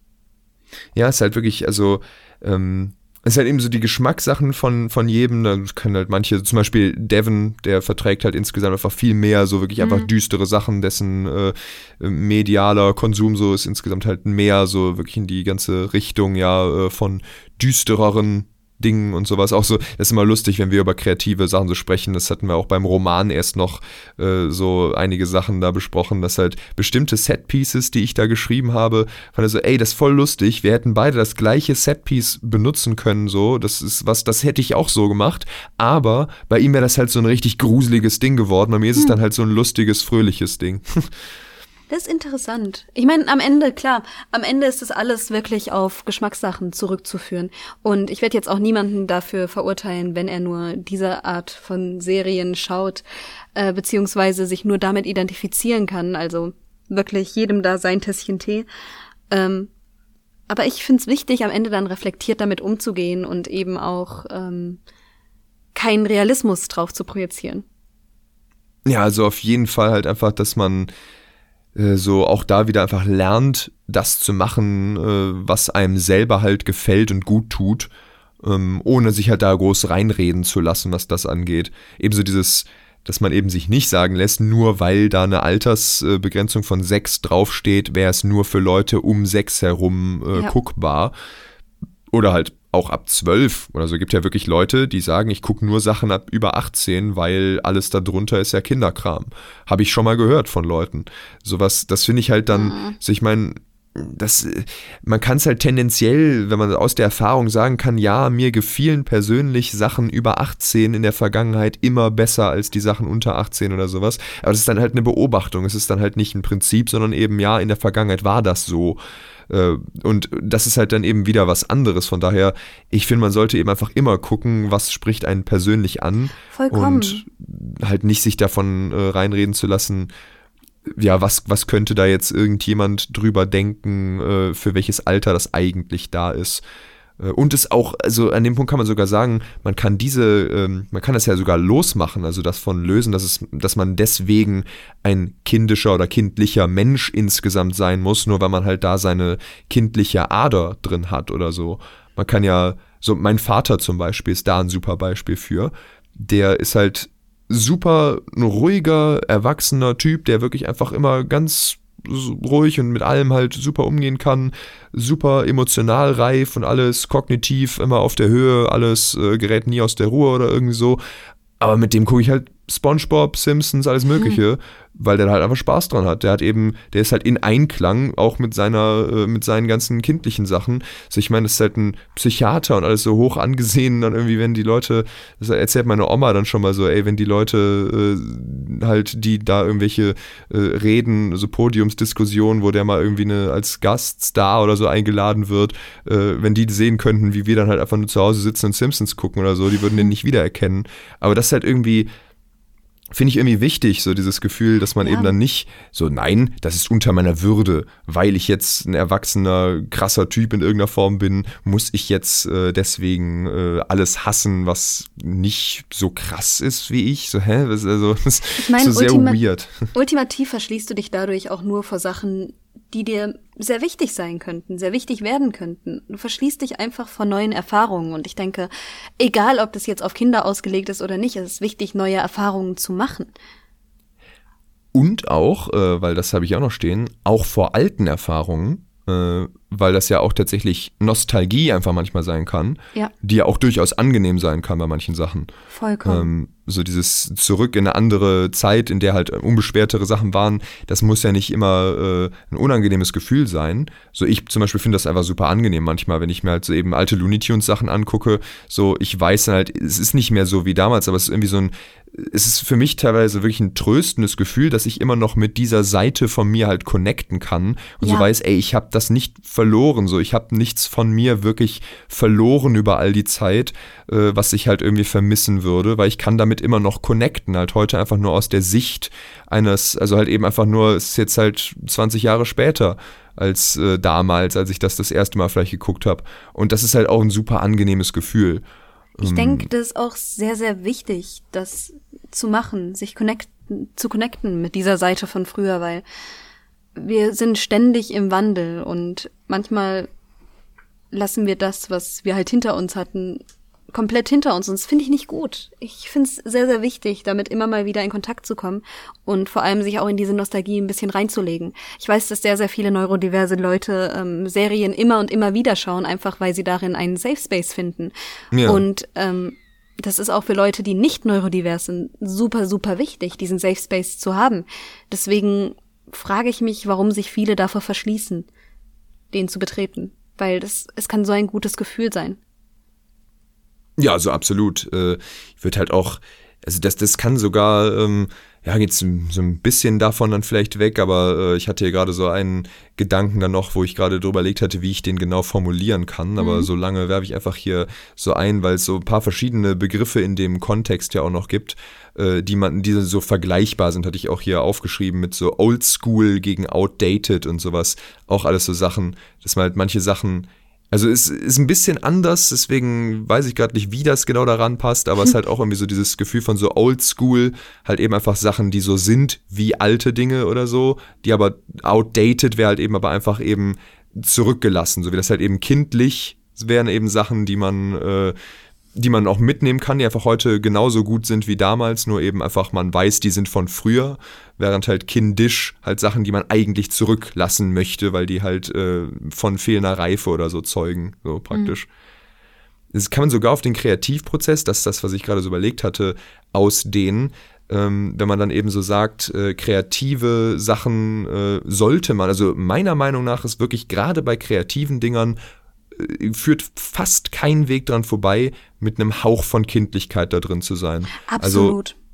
Ja, es ist halt wirklich, also ähm, es ist halt eben so die Geschmackssachen von, von jedem, da können halt manche, zum Beispiel Devin, der verträgt halt insgesamt einfach viel mehr, so wirklich einfach mhm. düstere Sachen, dessen äh, medialer Konsum so ist insgesamt halt mehr, so wirklich in die ganze Richtung, ja, äh, von düstereren Dingen und sowas. Auch so, das ist immer lustig, wenn wir über kreative Sachen so sprechen, das hatten wir auch beim Roman erst noch äh, so einige Sachen da besprochen, dass halt bestimmte Setpieces, die ich da geschrieben habe, fand ich so, ey, das ist voll lustig, wir hätten beide das gleiche Setpiece benutzen können, so, das ist was, das hätte ich auch so gemacht, aber bei ihm wäre das halt so ein richtig gruseliges Ding geworden, bei mir ist hm. es dann halt so ein lustiges, fröhliches Ding. Das ist interessant. Ich meine, am Ende, klar, am Ende ist das alles wirklich auf Geschmackssachen zurückzuführen. Und ich werde jetzt auch niemanden dafür verurteilen, wenn er nur diese Art von Serien schaut, äh, beziehungsweise sich nur damit identifizieren kann. Also wirklich jedem da sein Tässchen Tee. Ähm, aber ich find's wichtig, am Ende dann reflektiert damit umzugehen und eben auch ähm, keinen Realismus drauf zu projizieren. Ja, also auf jeden Fall halt einfach, dass man so auch da wieder einfach lernt, das zu machen, was einem selber halt gefällt und gut tut, ohne sich halt da groß reinreden zu lassen, was das angeht. Ebenso dieses, dass man eben sich nicht sagen lässt, nur weil da eine Altersbegrenzung von sechs draufsteht, wäre es nur für Leute um sechs herum äh, ja. guckbar. Oder halt auch ab zwölf oder so. Gibt ja wirklich Leute, die sagen, ich gucke nur Sachen ab über achtzehn, weil alles da drunter ist ja Kinderkram. Habe ich schon mal gehört von Leuten. Sowas, das finde ich halt dann, mhm. so ich meine, das, man kann es halt tendenziell, wenn man aus der Erfahrung sagen kann, ja, mir gefielen persönlich Sachen über achtzehn in der Vergangenheit immer besser als die Sachen unter achtzehn oder sowas. Aber das ist dann halt eine Beobachtung. Es ist dann halt nicht ein Prinzip, sondern eben, ja, in der Vergangenheit war das so. Und das ist halt dann eben wieder was anderes. Von daher, ich finde, man sollte eben einfach immer gucken, was spricht einen persönlich an. Vollkommen. Und halt nicht sich davon äh, reinreden zu lassen, ja, was, was könnte da jetzt irgendjemand drüber denken, äh, für welches Alter das eigentlich da ist. Äh, und es auch, also an dem Punkt kann man sogar sagen, man kann diese, ähm, man kann das ja sogar losmachen, also das von lösen, dass es, dass man deswegen ein kindischer oder kindlicher Mensch insgesamt sein muss, nur weil man halt da seine kindliche Ader drin hat oder so. Man kann ja, so mein Vater zum Beispiel ist da ein super Beispiel für, der ist halt super ein ruhiger, erwachsener Typ, der wirklich einfach immer ganz ruhig und mit allem halt super umgehen kann, super emotional reif und alles kognitiv immer auf der Höhe, alles äh, gerät nie aus der Ruhe oder irgendwie so. Aber mit dem gucke ich halt SpongeBob, Simpsons, alles Mögliche, hm. weil der halt einfach Spaß dran hat. Der hat eben, der ist halt in Einklang auch mit seiner, äh, mit seinen ganzen kindlichen Sachen. Also ich meine, das ist halt ein Psychiater und alles so hoch angesehen. Dann irgendwie, wenn die Leute, das erzählt meine Oma dann schon mal so, ey, wenn die Leute äh, halt, die da irgendwelche äh, Reden, so Podiumsdiskussionen, wo der mal irgendwie eine, als Gaststar oder so eingeladen wird, äh, wenn die sehen könnten, wie wir dann halt einfach nur zu Hause sitzen und Simpsons gucken oder so, die würden den nicht wiedererkennen. Aber das ist halt irgendwie, finde ich irgendwie wichtig, so dieses Gefühl, dass man ja. eben dann nicht so, nein, das ist unter meiner Würde, weil ich jetzt ein erwachsener, krasser Typ in irgendeiner Form bin, muss ich jetzt äh, deswegen äh, alles hassen, was nicht so krass ist wie ich. So, hä? Das ist also das ich mein, ist so sehr ultima- weird. Ultimativ verschließt du dich dadurch auch nur vor Sachen, die dir sehr wichtig sein könnten, sehr wichtig werden könnten. Du verschließt dich einfach vor neuen Erfahrungen. Und ich denke, egal ob das jetzt auf Kinder ausgelegt ist oder nicht, es ist wichtig, neue Erfahrungen zu machen. Und auch, äh, weil das habe ich auch noch stehen, auch vor alten Erfahrungen, äh, weil das ja auch tatsächlich Nostalgie einfach manchmal sein kann, ja. die ja auch durchaus angenehm sein kann bei manchen Sachen. Vollkommen. Ähm, so dieses zurück in eine andere Zeit, in der halt unbeschwertere Sachen waren, das muss ja nicht immer äh, ein unangenehmes Gefühl sein. So ich zum Beispiel finde das einfach super angenehm manchmal, wenn ich mir halt so eben alte Looney Tunes Sachen angucke, so ich weiß dann halt, es ist nicht mehr so wie damals, aber es ist irgendwie so ein, es ist für mich teilweise wirklich ein tröstendes Gefühl, dass ich immer noch mit dieser Seite von mir halt connecten kann und ja. so weiß, ey, ich habe das nicht verloren, so ich habe nichts von mir wirklich verloren über all die Zeit, äh, was ich halt irgendwie vermissen würde, weil ich kann damit immer noch connecten, halt heute einfach nur aus der Sicht eines, also halt eben einfach nur, es ist jetzt halt zwanzig Jahre später als äh, damals, als ich das das erste Mal vielleicht geguckt habe und das ist halt auch ein super angenehmes Gefühl. Ich denke, das ist auch sehr, sehr wichtig, das zu machen, sich connecten, zu connecten mit dieser Seite von früher, weil wir sind ständig im Wandel und manchmal lassen wir das, was wir halt hinter uns hatten, komplett hinter uns. Und das finde ich nicht gut. Ich finde es sehr, sehr wichtig, damit immer mal wieder in Kontakt zu kommen und vor allem sich auch in diese Nostalgie ein bisschen reinzulegen. Ich weiß, dass sehr, sehr viele neurodiverse Leute ähm, Serien immer und immer wieder schauen, einfach weil sie darin einen Safe Space finden. Ja. Und ähm, das ist auch für Leute, die nicht neurodivers sind, super, super wichtig, diesen Safe Space zu haben. Deswegen frage ich mich, warum sich viele davor verschließen, den zu betreten. Weil das, es kann so ein gutes Gefühl sein. Ja, also absolut. Äh, wird halt auch, also das, das kann sogar, ähm, ja, geht's so ein bisschen davon dann vielleicht weg, aber äh, ich hatte hier gerade so einen Gedanken dann noch, wo ich gerade drüber überlegt hatte, wie ich den genau formulieren kann, mhm. aber so lange werfe ich einfach hier so ein, weil es so ein paar verschiedene Begriffe in dem Kontext ja auch noch gibt, äh, die man, die so vergleichbar sind, hatte ich auch hier aufgeschrieben mit so Oldschool gegen Outdated und sowas, auch alles so Sachen, dass man halt manche Sachen. Also es ist ein bisschen anders, deswegen weiß ich gerade nicht, wie das genau daran passt, aber es ist halt auch irgendwie so dieses Gefühl von so Oldschool, halt eben einfach Sachen, die so sind wie alte Dinge oder so, die aber outdated wäre halt eben aber einfach eben zurückgelassen, so wie das halt eben kindlich wären eben Sachen, die man, äh, die man auch mitnehmen kann, die einfach heute genauso gut sind wie damals, nur eben einfach man weiß, die sind von früher, während halt kindisch halt Sachen, die man eigentlich zurücklassen möchte, weil die halt äh, von fehlender Reife oder so zeugen, so praktisch. Mhm. Das kann man sogar auf den Kreativprozess, das ist das, was ich gerade so überlegt hatte, ausdehnen. Ähm, wenn man dann eben so sagt, äh, kreative Sachen äh, sollte man, also meiner Meinung nach ist wirklich gerade bei kreativen Dingern führt fast kein Weg dran vorbei, mit einem Hauch von Kindlichkeit da drin zu sein. Absolut. Also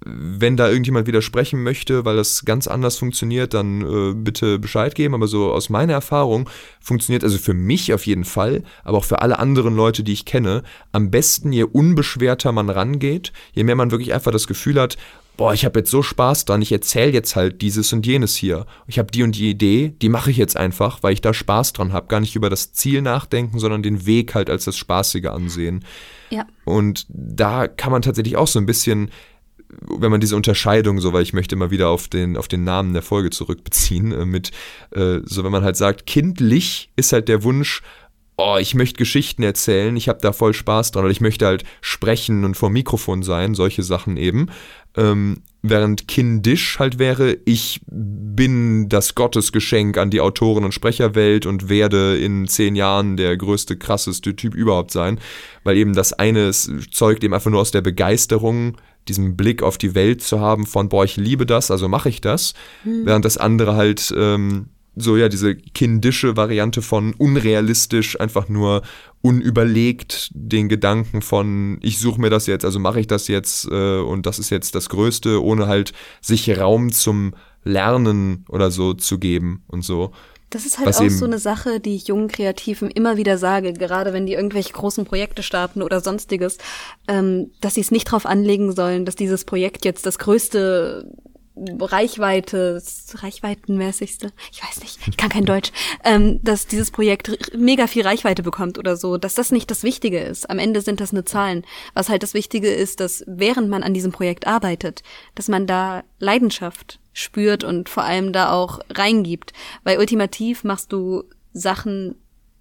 wenn da irgendjemand widersprechen möchte, weil das ganz anders funktioniert, dann äh, bitte Bescheid geben. Aber so aus meiner Erfahrung funktioniert also für mich auf jeden Fall, aber auch für alle anderen Leute, die ich kenne, am besten, je unbeschwerter man rangeht, je mehr man wirklich einfach das Gefühl hat, boah, ich habe jetzt so Spaß dran, ich erzähle jetzt halt dieses und jenes hier. Ich habe die und die Idee, die mache ich jetzt einfach, weil ich da Spaß dran habe. Gar nicht über das Ziel nachdenken, sondern den Weg halt als das Spaßige ansehen. Ja. Und da kann man tatsächlich auch so ein bisschen, wenn man diese Unterscheidung, so, weil ich möchte immer wieder auf den, auf den Namen der Folge zurückbeziehen, äh, mit, äh, so wenn man halt sagt, kindlich ist halt der Wunsch, oh, ich möchte Geschichten erzählen, ich habe da voll Spaß dran, oder ich möchte halt sprechen und vor dem Mikrofon sein, solche Sachen eben. Ähm, während kindisch halt wäre, ich bin das Gottesgeschenk an die Autoren- und Sprecherwelt und werde in zehn Jahren der größte, krasseste Typ überhaupt sein, weil eben das eine ist, zeugt eben einfach nur aus der Begeisterung, diesen Blick auf die Welt zu haben von, boah, ich liebe das, also mache ich das, mhm. während das andere halt ähm, so, ja, diese kindische Variante von unrealistisch, einfach nur unüberlegt, den Gedanken von, ich suche mir das jetzt, also mache ich das jetzt äh, und das ist jetzt das Größte, ohne halt sich Raum zum Lernen oder so zu geben und so. Das ist halt Was auch so eine Sache, die ich jungen Kreativen immer wieder sage, gerade wenn die irgendwelche großen Projekte starten oder sonstiges, ähm, dass sie es nicht drauf anlegen sollen, dass dieses Projekt jetzt das größte Reichweite, das reichweitenmäßigste, ich weiß nicht, ich kann kein Deutsch, ähm, dass dieses Projekt mega viel Reichweite bekommt oder so, dass das nicht das Wichtige ist. Am Ende sind das nur Zahlen. Was halt das Wichtige ist, dass während man an diesem Projekt arbeitet, dass man da Leidenschaft spürt und vor allem da auch reingibt. Weil ultimativ machst du Sachen,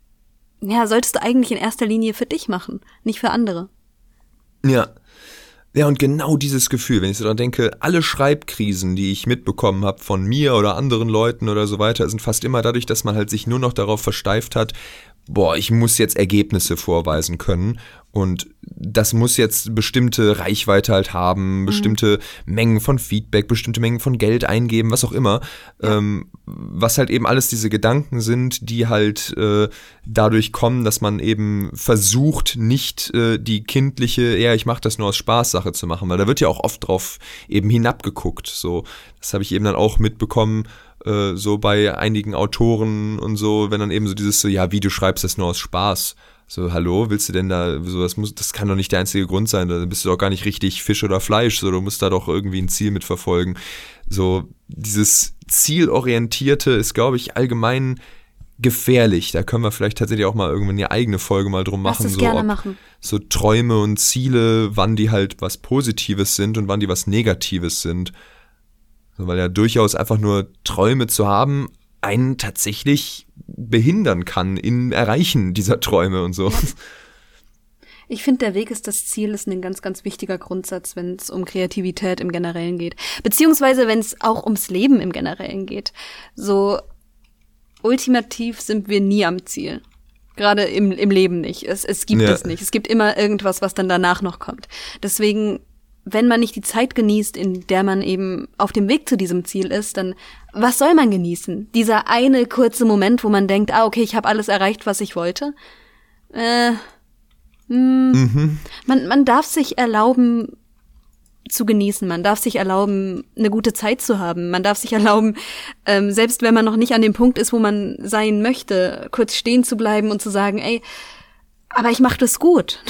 ja, solltest du eigentlich in erster Linie für dich machen, nicht für andere. Ja. Ja, und genau dieses Gefühl, wenn ich so dran denke, alle Schreibkrisen, die ich mitbekommen habe von mir oder anderen Leuten oder so weiter, sind fast immer dadurch, dass man halt sich nur noch darauf versteift hat, boah, ich muss jetzt Ergebnisse vorweisen können und das muss jetzt bestimmte Reichweite halt haben, bestimmte mhm. Mengen von Feedback, bestimmte Mengen von Geld eingeben, was auch immer, ja. ähm, was halt eben alles diese Gedanken sind, die halt äh, dadurch kommen, dass man eben versucht, nicht äh, die kindliche, ja, ich mache das nur aus Spaßsache zu machen, weil da wird ja auch oft drauf eben hinabgeguckt, so, das habe ich eben dann auch mitbekommen, so bei einigen Autoren und so, wenn dann eben so dieses so, ja, wie du schreibst das nur aus Spaß. So, hallo, willst du denn da, so, das muss, das kann doch nicht der einzige Grund sein, da bist du doch gar nicht richtig Fisch oder Fleisch, so, du musst da doch irgendwie ein Ziel mit verfolgen. So, dieses Zielorientierte ist, glaube ich, allgemein gefährlich. Da können wir vielleicht tatsächlich auch mal irgendwann eine eigene Folge mal drum machen. Lass es so, gerne machen. So Träume und Ziele, wann die halt was Positives sind und wann die was Negatives sind. Weil ja durchaus einfach nur Träume zu haben, einen tatsächlich behindern kann im Erreichen dieser Träume und so. Ja. Ich finde, der Weg ist das Ziel, ist ein ganz, ganz wichtiger Grundsatz, wenn es um Kreativität im Generellen geht. Beziehungsweise, wenn es auch ums Leben im Generellen geht. So ultimativ sind wir nie am Ziel. Gerade im, im Leben nicht. Es, es gibt ja. es nicht. Es gibt immer irgendwas, was dann danach noch kommt. Deswegen, wenn man nicht die Zeit genießt, in der man eben auf dem Weg zu diesem Ziel ist, dann was soll man genießen? Dieser eine kurze Moment, wo man denkt, ah, okay, ich habe alles erreicht, was ich wollte. Äh, mh, mhm. man, man darf sich erlauben zu genießen, man darf sich erlauben, eine gute Zeit zu haben, man darf sich erlauben, ähm, selbst wenn man noch nicht an dem Punkt ist, wo man sein möchte, kurz stehen zu bleiben und zu sagen, ey, aber ich mach das gut.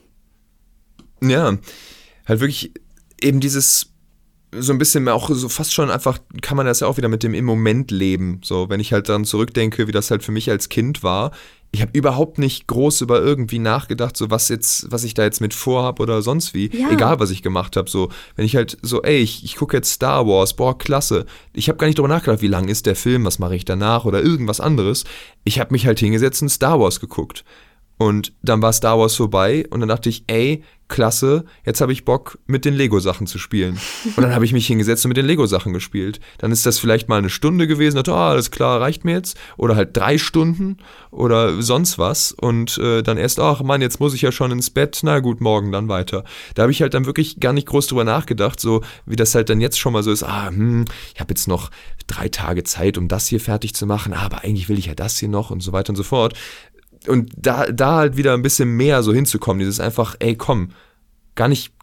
Ja, halt wirklich eben dieses so ein bisschen mehr auch so fast schon einfach, kann man das ja auch wieder mit dem im Moment leben. So, wenn ich halt daran zurückdenke, wie das halt für mich als Kind war. Ich habe überhaupt nicht groß über irgendwie nachgedacht, so was jetzt, was ich da jetzt mit vorhab oder sonst wie. Ja. Egal, was ich gemacht habe. So, wenn ich halt so, ey, ich, ich gucke jetzt Star Wars, boah, klasse. Ich habe gar nicht drüber nachgedacht, wie lang ist der Film, was mache ich danach oder irgendwas anderes. Ich habe mich halt hingesetzt und Star Wars geguckt. Und dann war Star Wars vorbei und dann dachte ich, ey, klasse, jetzt habe ich Bock, mit den Lego-Sachen zu spielen. Und dann habe ich mich hingesetzt und mit den Lego-Sachen gespielt. Dann ist das vielleicht mal eine Stunde gewesen, dachte, ah, alles klar, reicht mir jetzt. Oder halt drei Stunden oder sonst was. Und äh, dann erst, ach Mann, jetzt muss ich ja schon ins Bett, na gut, morgen dann weiter. Da habe ich halt dann wirklich gar nicht groß drüber nachgedacht, so wie das halt dann jetzt schon mal so ist, ah, hm, ich habe jetzt noch drei Tage Zeit, um das hier fertig zu machen, aber eigentlich will ich ja das hier noch und so weiter und so fort. Und da, da halt wieder ein bisschen mehr so hinzukommen, dieses einfach, ey, komm, gar nicht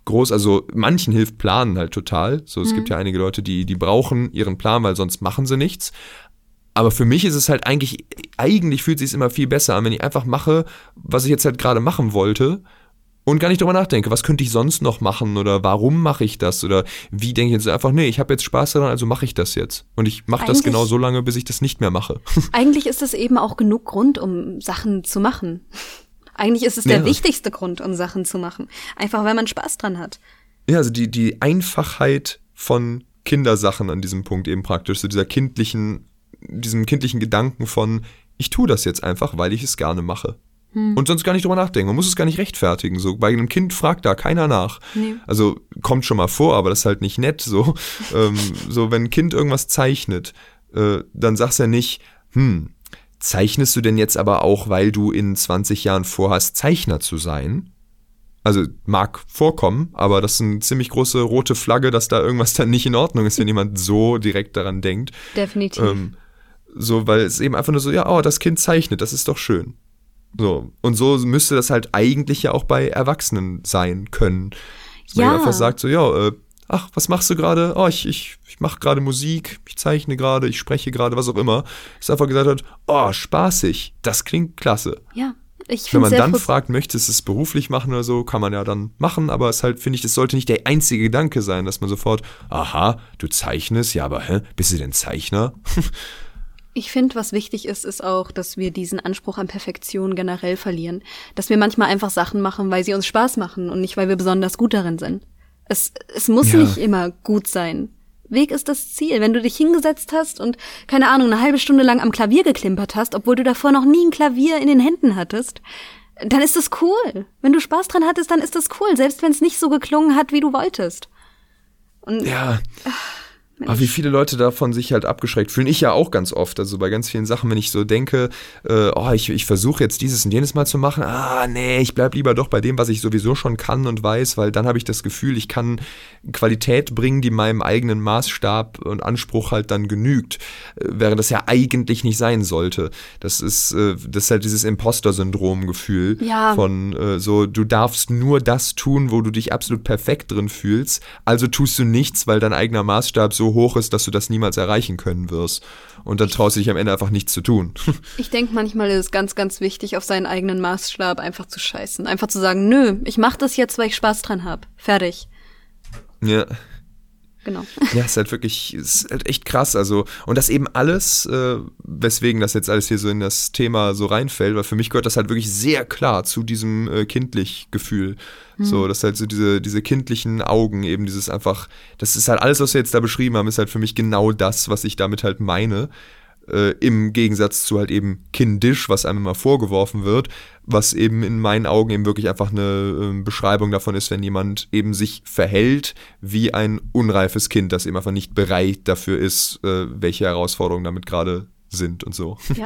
groß, also manchen hilft Planen halt total. So, es Mhm. gibt ja einige Leute, die, die brauchen ihren Plan, weil sonst machen sie nichts. Aber für mich ist es halt eigentlich, eigentlich fühlt es sich immer viel besser an, wenn ich einfach mache, was ich jetzt halt gerade machen wollte und gar nicht drüber nachdenke, was könnte ich sonst noch machen oder warum mache ich das oder wie denke ich jetzt einfach, nee, ich habe jetzt Spaß daran, also mache ich das jetzt. Und ich mache das Eigentlich- genau so lange, bis ich das nicht mehr mache. Eigentlich ist es eben auch genug Grund, um Sachen zu machen. Eigentlich ist es der Ja. wichtigste Grund, um Sachen zu machen. Einfach, weil man Spaß dran hat. Ja, also die, die Einfachheit von Kindersachen an diesem Punkt eben praktisch, so dieser kindlichen, diesem kindlichen Gedanken von, ich tue das jetzt einfach, weil ich es gerne mache. Hm. Und sonst gar nicht drüber nachdenken. Man muss es gar nicht rechtfertigen. So, bei einem Kind fragt da keiner nach. Nee. Also kommt schon mal vor, aber das ist halt nicht nett. So, ähm, so wenn ein Kind irgendwas zeichnet, äh, dann sagst du ja nicht, hm, zeichnest du denn jetzt aber auch, weil du in zwanzig Jahren vorhast, Zeichner zu sein? Also mag vorkommen, aber das ist eine ziemlich große rote Flagge, dass da irgendwas dann nicht in Ordnung ist, wenn jemand so direkt daran denkt. Definitiv. Ähm, so, weil es eben einfach nur so, ja, oh, das Kind zeichnet, das ist doch schön. So, und so müsste das halt eigentlich ja auch bei Erwachsenen sein können. Dass man Ja. einfach sagt so, ja, äh, ach, was machst du gerade? Oh, ich, ich, ich mache gerade Musik, ich zeichne gerade, ich spreche gerade, was auch immer. Dass er einfach gesagt hat, oh, spaßig, das klingt klasse. Ja, ich Wenn finde man sehr dann frus- fragt, möchtest du es beruflich machen oder so, kann man ja dann machen, aber es halt, finde ich, das sollte nicht der einzige Gedanke sein, dass man sofort, aha, du zeichnest, ja, aber hä, bist du denn Zeichner? Ich finde, was wichtig ist, ist auch, dass wir diesen Anspruch an Perfektion generell verlieren. Dass wir manchmal einfach Sachen machen, weil sie uns Spaß machen und nicht, weil wir besonders gut darin sind. Es, es muss Ja. nicht immer gut sein. Weg ist das Ziel. Wenn du dich hingesetzt hast und, keine Ahnung, eine halbe Stunde lang am Klavier geklimpert hast, obwohl du davor noch nie ein Klavier in den Händen hattest, dann ist das cool. Wenn du Spaß dran hattest, dann ist das cool, selbst wenn es nicht so geklungen hat, wie du wolltest. Und Ja. Aber wie viele Leute davon sich halt abgeschreckt fühlen. Ich ja auch ganz oft. Also bei ganz vielen Sachen, wenn ich so denke, äh, oh, ich, ich versuche jetzt dieses und jenes mal zu machen. Ah, nee, ich bleib lieber doch bei dem, was ich sowieso schon kann und weiß, weil dann habe ich das Gefühl, ich kann Qualität bringen, die meinem eigenen Maßstab und Anspruch halt dann genügt. Äh, während das ja eigentlich nicht sein sollte. Das ist, äh, das ist halt dieses Imposter-Syndrom-Gefühl Ja. von äh, so, du darfst nur das tun, wo du dich absolut perfekt drin fühlst. Also tust du nichts, weil dein eigener Maßstab so hoch ist, dass du das niemals erreichen können wirst. Und dann traust du dich am Ende einfach nichts zu tun. ich denke, manchmal ist es ganz, ganz wichtig, auf seinen eigenen Maßstab einfach zu scheißen. Einfach zu sagen, nö, ich mach das jetzt, weil ich Spaß dran hab. Fertig. Ja. Genau. Ja, ist halt wirklich, ist halt echt krass. Also, und das eben alles, äh, weswegen das jetzt alles hier so in das Thema so reinfällt, weil für mich gehört das halt wirklich sehr klar zu diesem äh, kindlich Gefühl. Mhm. So, dass halt so diese, diese kindlichen Augen, eben dieses einfach, das ist halt alles, was wir jetzt da beschrieben haben, ist halt für mich genau das, was ich damit halt meine. Äh, im Gegensatz zu halt eben kindisch, was einem immer vorgeworfen wird, was eben in meinen Augen eben wirklich einfach eine äh, Beschreibung davon ist, wenn jemand eben sich verhält wie ein unreifes Kind, das eben einfach nicht bereit dafür ist, äh, welche Herausforderungen damit gerade sind und so. Ja.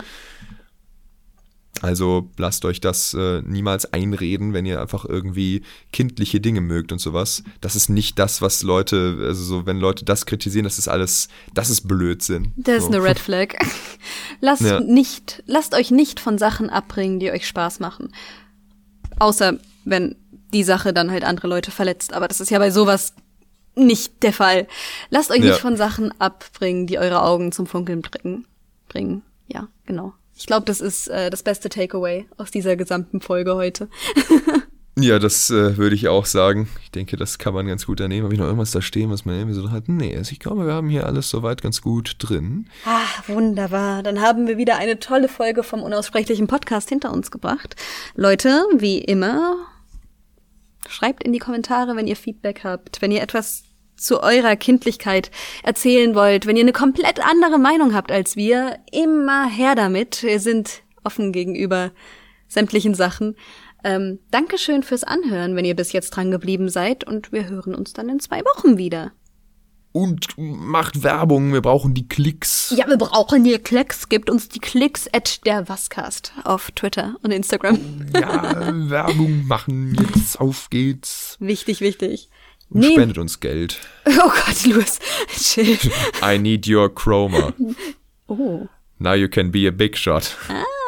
Also lasst euch das äh, niemals einreden, wenn ihr einfach irgendwie kindliche Dinge mögt und sowas. Das ist nicht das, was Leute, also so, wenn Leute das kritisieren, das ist alles, das ist Blödsinn. Das so. ist eine Red Flag. Lasst Ja. nicht, lasst euch nicht von Sachen abbringen, die euch Spaß machen. Außer wenn die Sache dann halt andere Leute verletzt. Aber das ist ja bei sowas nicht der Fall. Lasst euch Ja. nicht von Sachen abbringen, die eure Augen zum Funkeln bringen. bringen. Ja, genau. Ich glaube, das ist äh, das beste Takeaway aus dieser gesamten Folge heute. Ja, das äh, würde ich auch sagen. Ich denke, das kann man ganz gut ernehmen. Habe ich noch irgendwas da stehen, was man irgendwie so hat? Nee, also ich glaube, wir haben hier alles soweit ganz gut drin. Ah, wunderbar. Dann haben wir wieder eine tolle Folge vom Unaussprechlichen Podcast hinter uns gebracht. Leute, wie immer, schreibt in die Kommentare, wenn ihr Feedback habt, wenn ihr etwas zu eurer Kindlichkeit erzählen wollt, wenn ihr eine komplett andere Meinung habt als wir, immer her damit. Wir sind offen gegenüber sämtlichen Sachen. Ähm, Dankeschön fürs Anhören, wenn ihr bis jetzt dran geblieben seid, und wir hören uns dann in zwei Wochen wieder. Und macht Werbung, wir brauchen die Klicks. Ja, wir brauchen hier Klicks. Gebt uns die Klicks at der Wascast auf Twitter und Instagram. Ja, Werbung machen, jetzt auf geht's. Wichtig, wichtig. Und Nee. spendet uns Geld. Oh Gott, Louis. Chill. I need your chroma. Oh. Now you can be a big shot.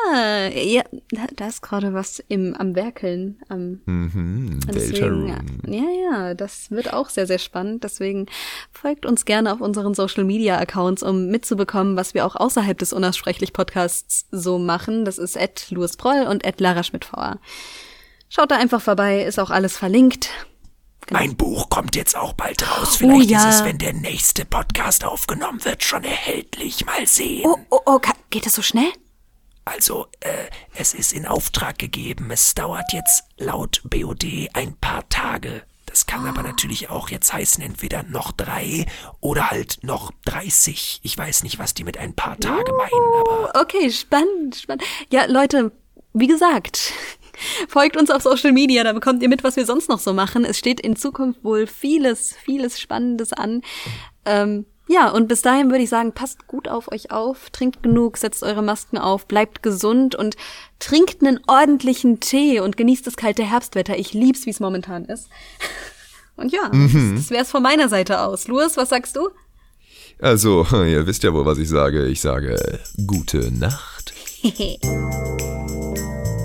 Ah, ja, da ist gerade was im, am Werkeln. Am, Mhm, deswegen, Deltarune. ja, ja, das wird auch sehr, sehr spannend. Deswegen folgt uns gerne auf unseren Social-Media-Accounts, um mitzubekommen, was wir auch außerhalb des Unaussprechlich-Podcasts so machen. Das ist at Louis Proll und at Lara Schmidt-Vauer. Schaut da einfach vorbei, ist auch alles verlinkt. Genau. Mein Buch kommt jetzt auch bald raus. Vielleicht oh, ja. ist es, wenn der nächste Podcast aufgenommen wird, schon erhältlich. Mal sehen. Oh, oh, oh, geht das so schnell? Also, äh, es ist in Auftrag gegeben. Es dauert jetzt laut B O D ein paar Tage. Das kann oh. aber natürlich auch jetzt heißen, entweder noch drei oder halt noch dreißig. Ich weiß nicht, was die mit ein paar Tage oh, meinen, aber... Okay, spannend, spannend. Ja, Leute, wie gesagt... Folgt uns auf Social Media, da bekommt ihr mit, was wir sonst noch so machen. Es steht in Zukunft wohl vieles, vieles Spannendes an. Ähm, ja, und bis dahin würde ich sagen, passt gut auf euch auf, trinkt genug, setzt eure Masken auf, bleibt gesund und trinkt einen ordentlichen Tee und genießt das kalte Herbstwetter. Ich lieb's, wie es momentan ist. Und ja, mhm. das, das wär's von meiner Seite aus. Louis, was sagst du? Also, ihr wisst ja wohl, was ich sage. Ich sage, gute Nacht.